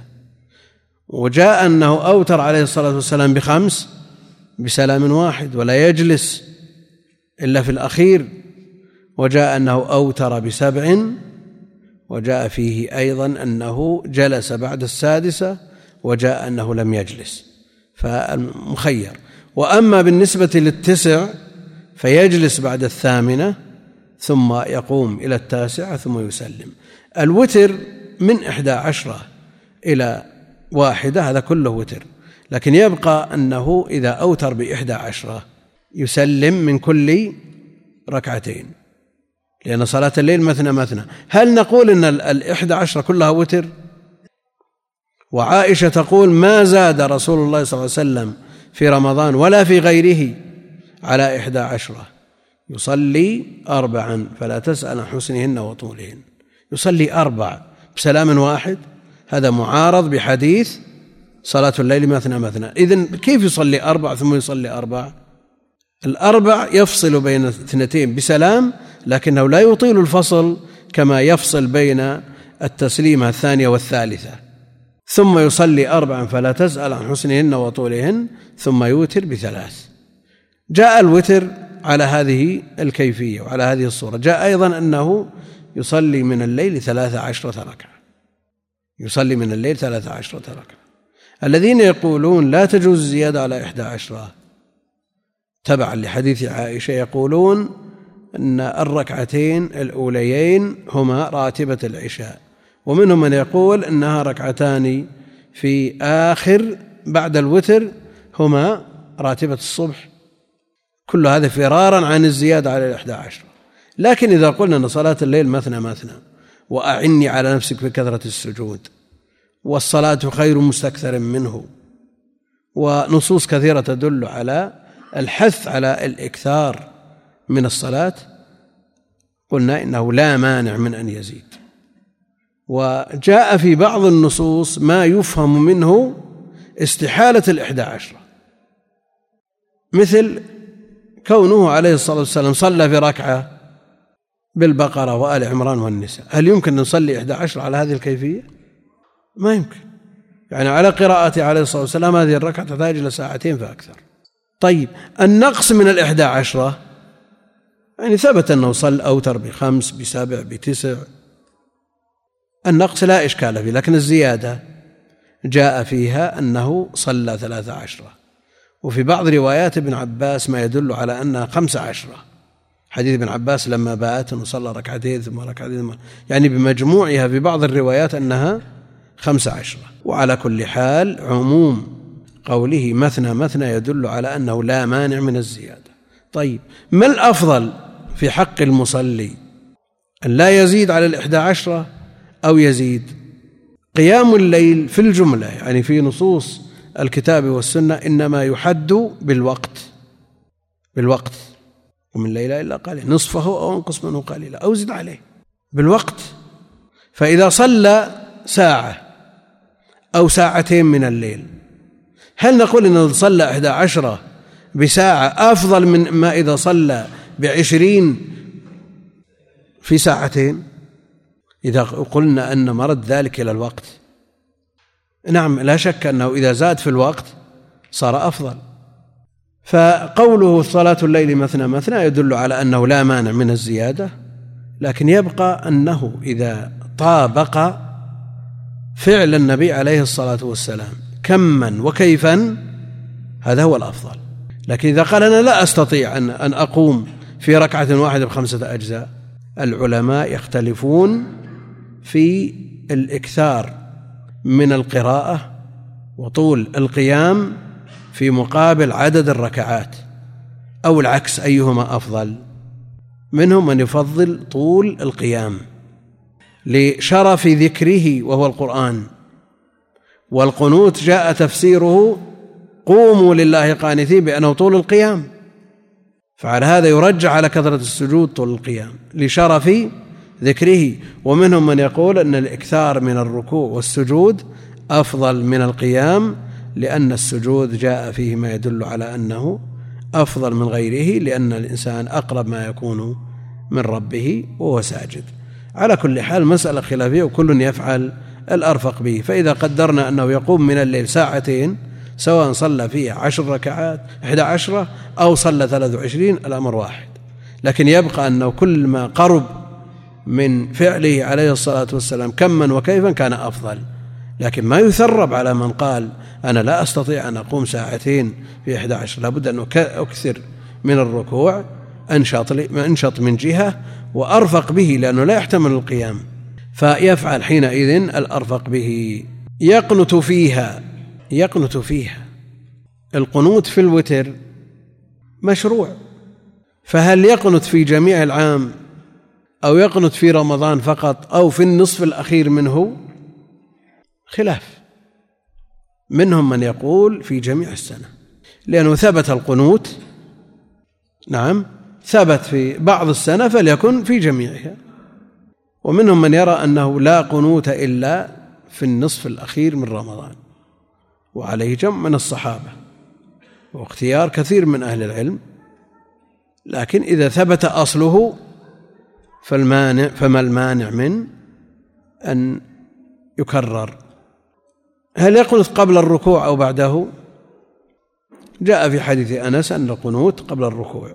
وجاء أنه أوتر عليه الصلاة والسلام ب5 بسلام واحد ولا يجلس إلا في الأخير، وجاء أنه أوتر ب7، وجاء فيه أيضا أنه جلس بعد السادسة، وجاء أنه لم يجلس، فالمخير. وأما بالنسبة لل9 فيجلس بعد 8 ثم يقوم إلى 9 ثم يسلم. الوتر من 11 إلى 1 هذا كله وتر، لكن يبقى أنه إذا أوتر ب11 يسلم من كل ركعتين، لأن صلاة الليل مثنى مثنى. هل نقول أن 11 كلها وتر؟ وعائشة تقول ما زاد رسول الله صلى الله عليه وسلم في رمضان ولا في غيره على 11، يصلي 4 فلا تسأل عن حسنهن وطولهن، يصلي 4 بسلام واحد. هذا معارض بحديث صلاة الليل مثنى مثنى. إذن كيف يصلي 4 ثم يصلي 4؟ 4 يفصل بين 2 بسلام، لكنه لا يطيل الفصل كما يفصل بين التسليمة 2 والثالثة. ثم يصلي 4 فلا تسأل عن حسنهن وطولهن ثم يوتر ب3. جاء الوتر على هذه الكيفية وعلى هذه الصورة. جاء أيضا أنه يصلي من الليل 13 ركعة، يصلي من الليل 13 ركعة. الذين يقولون لا تجوز الزيادة على 11 تبعا لحديث عائشة يقولون أن الركعتين الأوليين هما راتبة العشاء، ومنهم من يقول أنها ركعتان في آخر بعد الوتر هما راتبة الصبح. كل هذا فرارا عن الزيادة على 11. لكن إذا قلنا أن صلاة الليل مثنى مثنى، وأعني على نفسك بكثرة السجود، والصلاة خير مستكثر منه، ونصوص كثيرة تدل على الحث على الإكثار من الصلاة، قلنا إنه لا مانع من أن يزيد. وجاء في بعض النصوص ما يفهم منه استحالة 11، مثل كونه عليه الصلاة والسلام صلى في ركعة بالبقرة وآل عمران والنساء. هل يمكن أن نصلي 11 على هذه الكيفية؟ ما يمكن. يعني على قراءته عليه الصلاة والسلام هذه الركعة تحتاج إلى 2 فأكثر. طيب النقص من 11 يعني ثبت أنه صلى أوتر ب5 ب7 ب9، النقص لا إشكال فيه، لكن الزيادة جاء فيها أنه صلى 13، وفي بعض روايات ابن عباس ما يدل على أنها 15. حديث ابن عباس لما بات وصلى ركعتين ثم ركعتين، يعني بمجموعها في بعض الروايات أنها 15. وعلى كل حال عموم قوله مثنى مثنى يدل على أنه لا مانع من الزيادة. طيب، ما الأفضل في حق المصلي؟ أن لا يزيد على 11 أو يزيد؟ قيام الليل في الجملة يعني في نصوص الكتاب والسنة إنما يحد بالوقت، ومن الليل إلا قليلا نصفه أو انقص منه قليلا أو زد عليه بالوقت. فإذا صلى ساعة أو ساعتين من الليل، هل نقول إنه صلى 11 بساعة أفضل من ما إذا صلى 20 في ساعتين؟ إذا قلنا أن مرد ذلك إلى الوقت، نعم لا شك أنه إذا زاد في الوقت صار أفضل. فقوله صلاة الليل مثنى مثنى يدل على أنه لا مانع من الزيادة، لكن يبقى أنه إذا طابق فعل النبي عليه الصلاة والسلام كما وكيفا هذا هو الأفضل. لكن إذا قال أنا لا أستطيع أن أقوم في ركعة واحدة ب5 أجزاء، العلماء يختلفون في الإكثار من القراءة وطول القيام في مقابل عدد الركعات أو العكس، أيهما أفضل. منهم من يفضل طول القيام لشرف ذكره وهو القرآن، والقنوت جاء تفسيره قوموا لله قانتين بأنه طول القيام، فعلى هذا يرجع على كثرة السجود طول القيام لشرف ذكره. ومنهم من يقول أن الإكثار من الركوع والسجود أفضل من القيام، لأن السجود جاء فيه ما يدل على أنه أفضل من غيره، لأن الإنسان أقرب ما يكون من ربه وهو ساجد. على كل حال مسألة خلافية وكل يفعل الأرفق به. فإذا قدرنا أنه يقوم من الليل ساعتين سواء صلى فيها 10 ركعات 11 أو صلى 23 الأمر واحد، لكن يبقى أنه كل ما قرب من فعله عليه الصلاة والسلام كما وكيفا كان أفضل. لكن ما يثرب على من قال أنا لا أستطيع أن أقوم ساعتين في 11، لابد أن أكثر من الركوع، أنشط من جهة وأرفق به لأنه لا يحتمل القيام، فيفعل حينئذ الأرفق به. يقنت فيها. القنوت في الوتر مشروع، فهل يقنت في جميع العام أو يقنت في رمضان فقط أو في النصف الأخير منه؟ خلاف. منهم من يقول في جميع السنة، لأنه ثبت القنوت، نعم ثبت في بعض السنة فليكن في جميعها. ومنهم من يرى أنه لا قنوت إلا في النصف الأخير من رمضان، وعليه جمع من الصحابة واختيار كثير من أهل العلم. لكن إذا ثبت أصله فما المانع من أن يكرر. هل يقنت قبل الركوع أو بعده؟ جاء في حديث أنس أن القنوت قبل الركوع،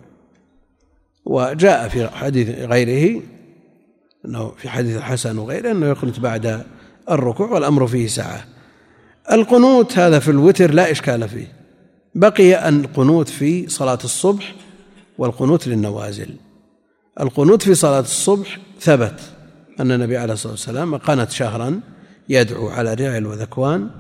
وجاء في حديث غيره أنه في حديث الحسن وغيره أنه يقنت بعد الركوع، والأمر فيه سعة. القنوت هذا في الوتر لا إشكال فيه. بقي أن القنوت في صلاة الصبح والقنوت للنوازل. القنوت في صلاة الصبح ثبت أن النبي عليه الصلاة والسلام قنت شهرا يدعو على رعل وذكوان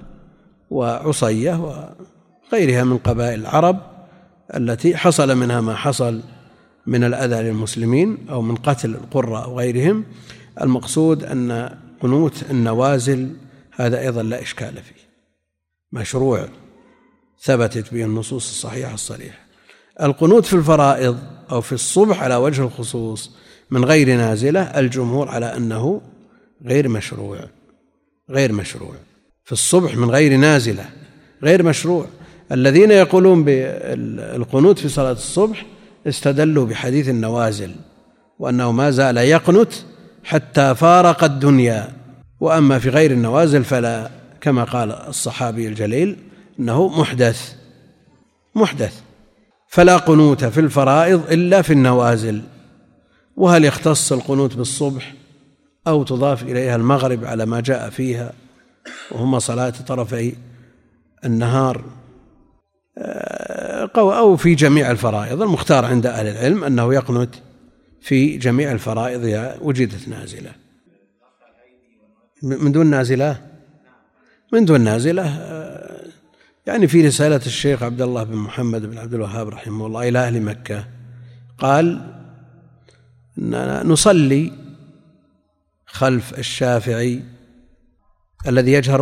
وعصية وغيرها من قبائل العرب التي حصل منها ما حصل من الأذى للمسلمين أو من قتل القرى أو غيرهم. المقصود أن قنوت النوازل هذا أيضا لا إشكال فيه، مشروع ثبتت به النصوص الصحيحة الصريحة. القنوت في الفرائض أو في الصبح على وجه الخصوص من غير نازلة، الجمهور على أنه غير مشروع في الصبح من غير نازلة، غير مشروع. الذين يقولون بالقنوت في صلاة الصبح استدلوا بحديث النوازل وأنه ما زال يقنت حتى فارق الدنيا. وأما في غير النوازل فلا، كما قال الصحابي الجليل أنه محدث. فلا قنوت في الفرائض إلا في النوازل. وهل يختص القنوت بالصبح أو تضاف إليها المغرب على ما جاء فيها وهما صلاة طرفي النهار، أو في جميع الفرائض. المختار عند أهل العلم أنه يقنت في جميع الفرائض إذا وجدت نازلة. من دون نازلة، من دون نازلة يعني في رسالة الشيخ عبد الله بن محمد بن عبد الوهاب رحمه الله إلى أهل مكة قال أننا نصلي خلف الشافعي الذي يجهر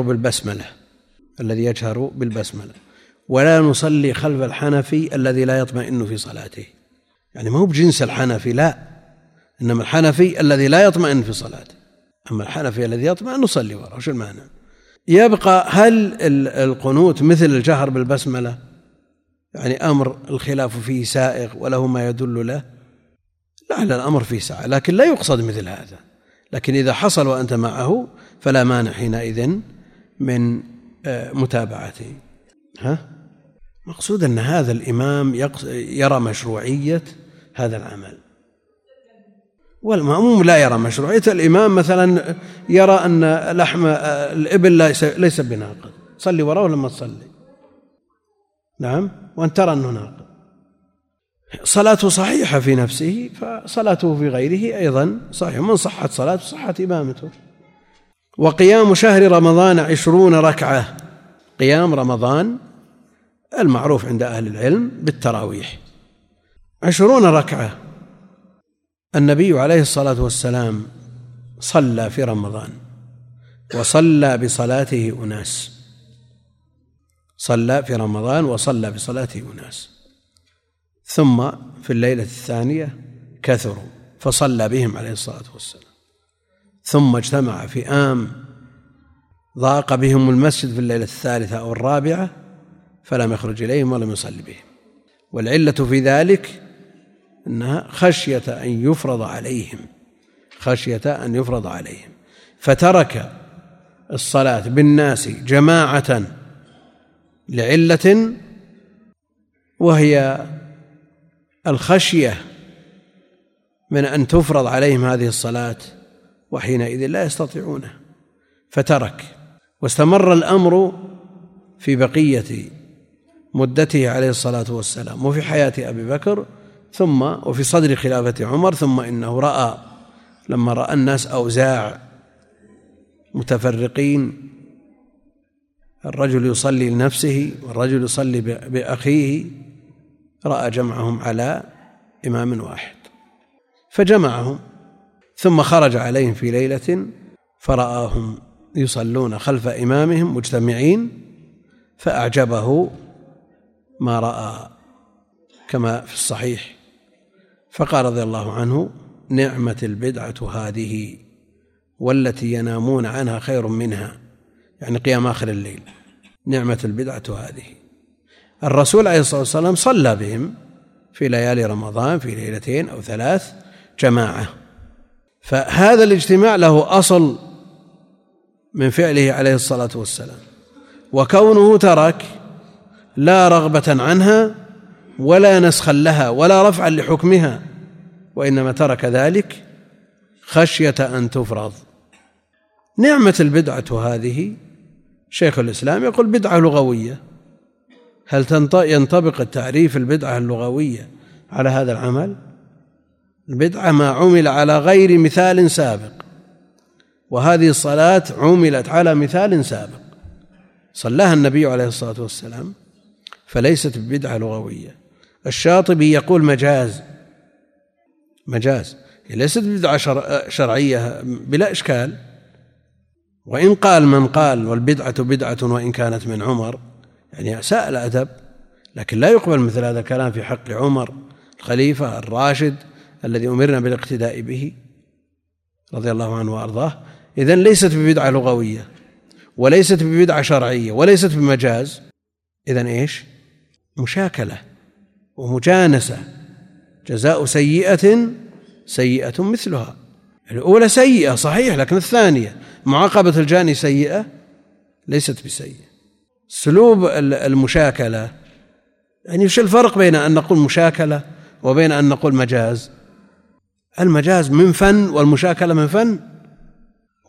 بالبسملة، ولا نصلي خلف الحنفي الذي لا يطمئن في صلاته. يعني ما هو بجنس الحنفي، لا، إنما الحنفي الذي لا يطمئن في صلاته، أما الحنفي الذي يطمئن نصلي وراءه. وش المعنى؟ يبقى هل القنوت مثل الجهر بالبسملة؟ يعني أمر الخلاف فيه سائغ وله ما يدل له؟ لا، الأمر فيه سعة، لكن لا يقصد مثل هذا. لكن إذا حصل وأنت معه فلا مانع حينئذ من متابعته. مقصود أن هذا الإمام يرى مشروعية هذا العمل، والمأموم لا يرى مشروعية. الإمام مثلا يرى أن لحم الإبل ليس بناقض، صلي وراءه لما تصلي، نعم، وأن ترى أنه ناقض، صلاته صحيحة في نفسه فصلاته في غيره أيضا صحيح، من صحت صلاته صحت إمامته. وقيام شهر رمضان 20 ركعة، قيام رمضان المعروف عند أهل العلم بالتراويح 20 ركعة. النبي عليه الصلاة والسلام صلى في رمضان وصلى بصلاته أناس، صلى في رمضان وصلى بصلاته أناس، ثم في الليلة الثانية كثروا فصلى بهم عليه الصلاة والسلام، ثم اجتمع فئام ضاق بهم المسجد في الليلة الثالثة أو الرابعة فلم يخرج إليهم ولم يصلي بهم. والعلة في ذلك أنها خشية أن يفرض عليهم، فترك الصلاة بالناس جماعة لعلة وهي الخشية من أن تفرض عليهم هذه الصلاة، وحينئذ لا يستطيعونه فترك. واستمر الأمر في بقية مدته عليه الصلاة والسلام وفي حياة أبي بكر ثم وفي صدر خلافة عمر. ثم إنه لما رأى الناس أوزاع متفرقين، الرجل يصلي لنفسه والرجل يصلي بأخيه، رأى جمعهم على إمام واحد فجمعهم، ثم خرج عليهم في ليلة فرآهم يصلون خلف إمامهم مجتمعين فأعجبه ما رأى كما في الصحيح، فقال رضي الله عنه: نعمة البدعة هذه والتي ينامون عنها خير منها، يعني قيام آخر الليل، نعمة البدعة هذه. الرسول عليه الصلاة والسلام صلى بهم في ليالي رمضان في ليلتين أو 3 جماعة، فهذا الاجتماع له أصل من فعله عليه الصلاة والسلام، وكونه ترك لا رغبة عنها ولا نسخا لها ولا رفعا لحكمها، وإنما ترك ذلك خشية أن تفرض. نعمة البدعة هذه، شيخ الإسلام يقول بدعة لغوية. هل ينطبق التعريف البدعة اللغوية على هذا العمل؟ البدعة ما عمل على غير مثال سابق، وهذه الصلاة عملت على مثال سابق صلاها النبي عليه الصلاة والسلام، فليست بدعة لغوية. الشاطبي يقول مجاز، ليست بدعة شرعية بلا إشكال. وإن قال من قال والبدعة بدعة وإن كانت من عمر، يعني ساء الأدب، لكن لا يقبل مثل هذا الكلام في حق عمر الخليفة الراشد الذي أمرنا بالاقتداء به رضي الله عنه وأرضاه. إذن ليست ببدعة لغوية وليست ببدعة شرعية وليست بمجاز، إذن إيش؟ مشاكلة ومجانسة، جزاء سيئة سيئة مثلها. الأولى سيئة صحيح، لكن الثانية معاقبة الجاني سيئة ليست بسيئة. سلوب المشاكلة، يعني وش الفرق بين أن نقول مشاكلة وبين أن نقول مجاز؟ المجاز من فن والمشاكلة من فن،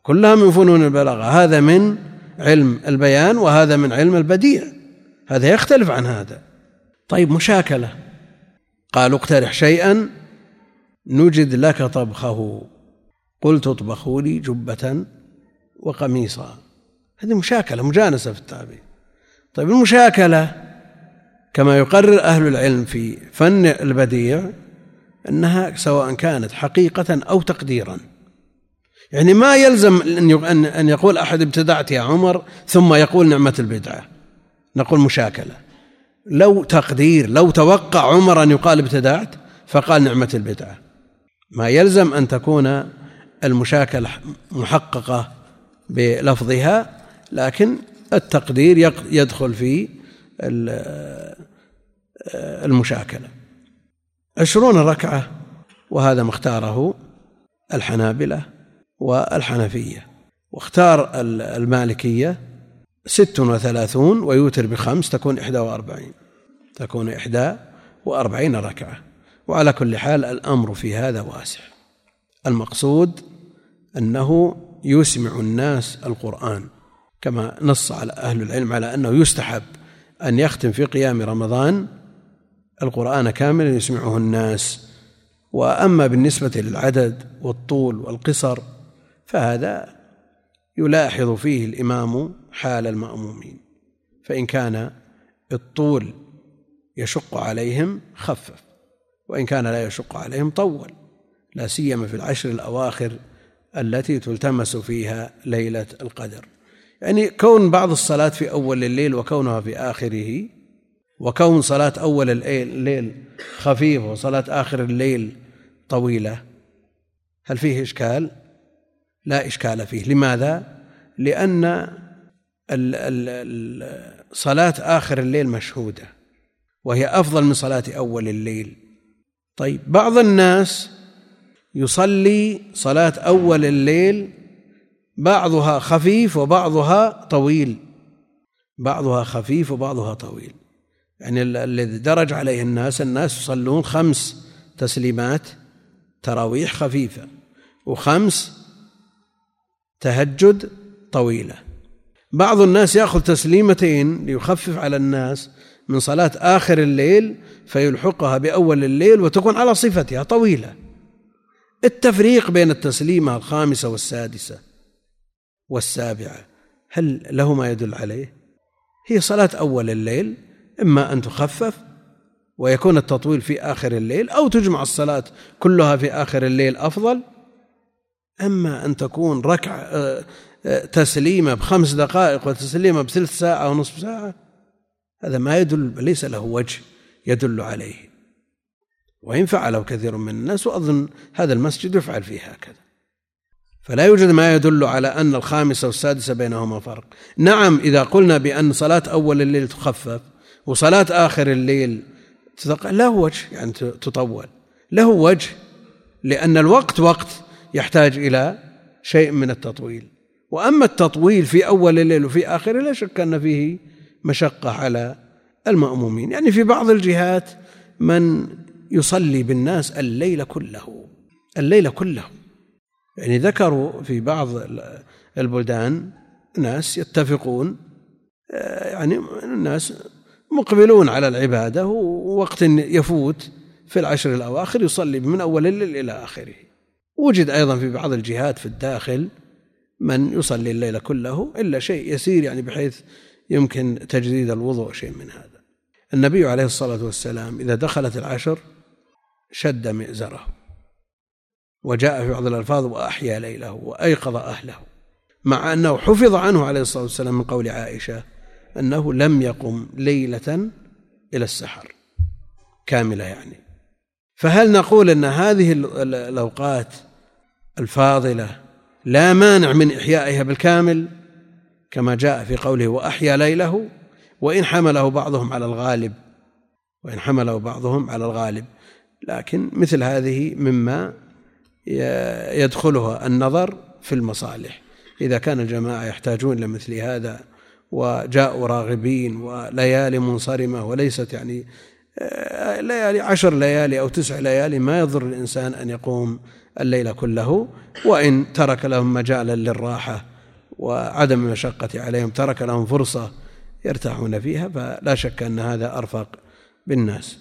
كلها من فنون البلاغة. هذا من علم البيان وهذا من علم البديع، هذا يختلف عن هذا. طيب مشاكلة، قالوا اقترح شيئا نجد لك طبخه، قلت اطبخوا لي جبة وقميصا. هذه مشاكلة، مجانسة في التعبير. طيب المشاكلة كما يقرر أهل العلم في فن البديع أنها سواء كانت حقيقة أو تقديرا، يعني ما يلزم أن يقول أحد ابتدعت يا عمر ثم يقول نعمة البدعة، نقول مشاكلة. لو تقدير، لو توقع عمر أن يقال ابتدعت فقال نعمة البدعة، ما يلزم أن تكون المشاكلة محققة بلفظها، لكن التقدير يدخل في المشاكلة. 20 ركعة، وهذا مختاره الحنابلة والحنفية، واختار المالكية 36 ويوتر ب5 تكون 41، تكون 41 ركعة. وعلى كل حال الأمر في هذا واسع، المقصود أنه يسمع الناس القرآن، كما نص على أهل العلم على أنه يستحب أن يختم في قيام رمضان القرآن كاملا يسمعه الناس. وأما بالنسبة للعدد والطول والقصر فهذا يلاحظ فيه الإمام حال المأمومين، فإن كان الطول يشق عليهم خفف، وإن كان لا يشق عليهم طول، لا سيما في العشر الأواخر التي تلتمس فيها ليلة القدر. يعني كون بعض الصلاة في أول الليل وكونها في آخره، وكون صلاة أول الليل خفيفة وصلاة آخر الليل طويلة، هل فيه إشكال؟ لا إشكال فيه. لماذا؟ لأن صلاة آخر الليل مشهودة وهي أفضل من صلاة أول الليل. طيب بعض الناس يصلي صلاة أول الليل بعضها خفيف وبعضها طويل، بعضها خفيف وبعضها طويل، يعني الذي درج عليه الناس يصلون 5 تسليمات تراويح خفيفة و5 تهجد طويلة. بعض الناس يأخذ تسليمتين ليخفف على الناس من صلاة آخر الليل فيلحقها بأول الليل وتكون على صفتها طويلة. التفريق بين التسليمة 5 و6 و7 هل له ما يدل عليه؟ هي صلاة أول الليل إما أن تخفف ويكون التطويل في آخر الليل، أو تجمع الصلاة كلها في آخر الليل أفضل. أما أن تكون تسليمة ب5 دقائق وتسليمة ب3 ساعة ونصف ساعة، هذا ما يدل، ليس له وجه يدل عليه، وإن فعله كثير من الناس، وأظن هذا المسجد يفعل فيه هكذا. فلا يوجد ما يدل على أن 5 و6 بينهما فرق. نعم إذا قلنا بأن صلاة أول الليل تخفف وصلاة آخر الليل له وجه، يعني تطول، له وجه، لأن الوقت وقت يحتاج إلى شيء من التطويل. وأما التطويل في أول الليل وفي آخره لا شك أن فيه مشقة على المأمومين. يعني في بعض الجهات من يصلي بالناس الليل كله، يعني ذكروا في بعض البلدان ناس يتفقون، يعني الناس مقبلون على العبادة ووقت يفوت في العشر الأواخر يصلي من أول الليل إلى آخره. وجد أيضا في بعض الجهات في الداخل من يصلي الليل كله إلا شيء يسير، يعني بحيث يمكن تجديد الوضوء، شيء من هذا. النبي عليه الصلاة والسلام إذا دخلت العشر شد مئزره، وجاء في بعض الألفاظ وأحيا ليله وأيقظ أهله، مع أنه حفظ عنه عليه الصلاة والسلام من قول عائشة أنه لم يقم ليلة إلى السحر كاملة يعني. فهل نقول أن هذه الأوقات الفاضلة لا مانع من إحيائها بالكامل كما جاء في قوله وأحيا ليله، وإن حمله بعضهم على الغالب، لكن مثل هذه مما يدخلها النظر في المصالح. إذا كان الجماعة يحتاجون لمثل هذا وجاءوا راغبين وليالي منصرمة وليست يعني ليالي 10 ليالي أو 9 ليالي ما يضر الإنسان أن يقوم الليل كله، وإن ترك لهم مجالا للراحة وعدم المشقة عليهم ترك لهم فرصة يرتاحون فيها، فلا شك أن هذا أرفق بالناس.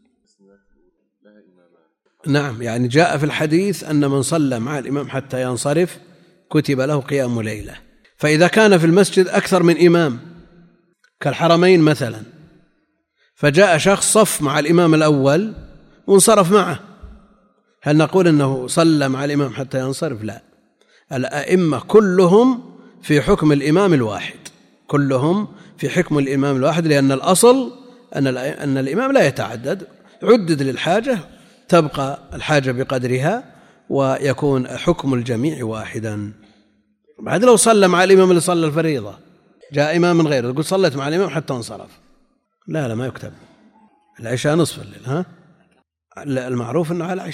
نعم، يعني جاء في الحديث أن من صلى مع الإمام حتى ينصرف كتب له قيام ليلة. فإذا كان في المسجد أكثر من إمام كالحرمين مثلا، فجاء شخص صف مع الإمام الأول وانصرف معه، هل نقول أنه صلى مع الإمام حتى ينصرف؟ لا، الأئمة كلهم في حكم الإمام الواحد، كلهم في حكم الإمام الواحد، لأن الأصل أن الإمام لا يتعدد، عدد للحاجة تبقى الحاجة بقدرها ويكون حكم الجميع واحدا. بعد لو صلى مع الإمام اللي صلى الفريضة جاء إمام من غيره يقول صليت مع الإمام حتى انصرف، لا ما يكتب. العشاء نصف الليل، المعروف أنه على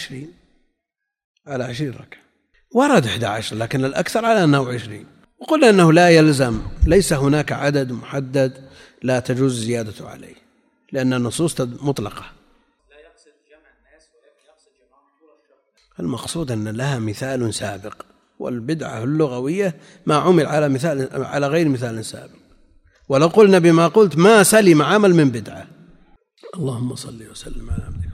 20 ركعة، ورد 11 لكن الأكثر على أنه 20. وقلنا أنه لا يلزم، ليس هناك عدد محدد لا تجوز الزيادة عليه، لأن النصوص مطلقة.
لا يقصد جمع الناس ولكن يقصد جمعهم طول الشهر.
المقصود أن لها مثال سابق، والبدعة اللغوية ما عمل على غير مثال سابق، ولو قلنا بما قلت ما سلم عمل من بدعة. اللهم صل وسلم على عبدك